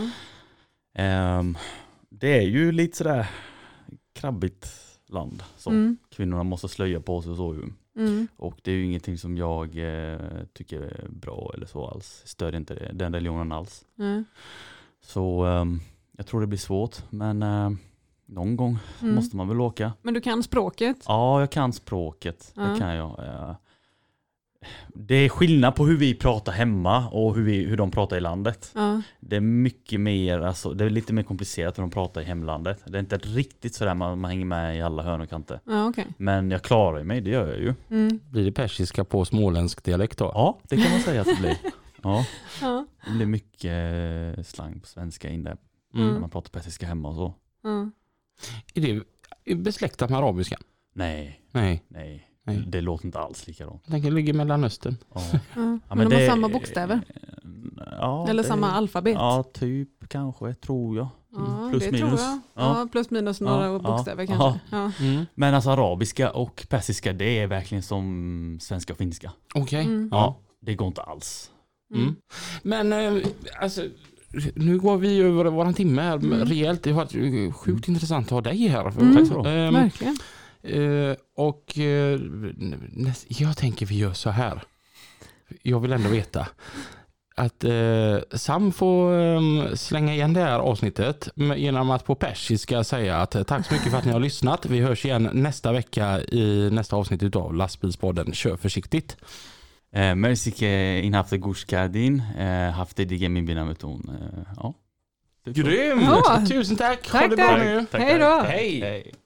Det är ju lite sådär krabbigt land. Så kvinnorna måste slöja på sig och så ju. Och det är ju ingenting som jag tycker är bra eller så alls. Jag stödjer inte den religionen alls. Så jag tror det blir svårt. Men någon gång måste man väl åka. Men du kan språket? Ja, jag kan språket. Det kan jag. Det är skillnad på hur vi pratar hemma och hur de pratar i landet. Det är mycket mer, alltså, det är lite mer komplicerat hur de pratar i hemlandet. Det är inte riktigt sådär man hänger med i alla hörn och kanter. Okay. Men jag klarar mig, det gör jag ju. Blir det persiska på småländsk dialekt då? Ja, det kan man säga att det blir. Det blir mycket slang på svenska in där. När man pratar persiska hemma och så. Är det besläktat med arabiska? Nej. Det låter inte alls likadant. Jag tänker ligga i Mellanöstern. Men de har samma bokstäver? Eller samma alfabet? Ja, typ kanske, tror jag. Plus minus. Tror jag. Ja, plus minus några bokstäver kanske. Men alltså arabiska och persiska, det är verkligen som svenska och finska. Okej. Ja, det går inte alls. Men alltså, nu går vi över våran timme här rejält. Det har varit sjukt intressant att ha dig här. Tack så verkligen. Och jag tänker vi gör så här. Jag vill ändå veta att Sam får slänga igen det här avsnittet genom att på persiska säga att tack så mycket för att ni har lyssnat. Vi hörs igen nästa vecka i nästa avsnitt av Lastbilspodden. Kör försiktigt. مرسی که این هفته گوش کردین. هفته دیگه میبینمتون. Grym! Tusen tack. Ha det bra nu. Hej då. Hej.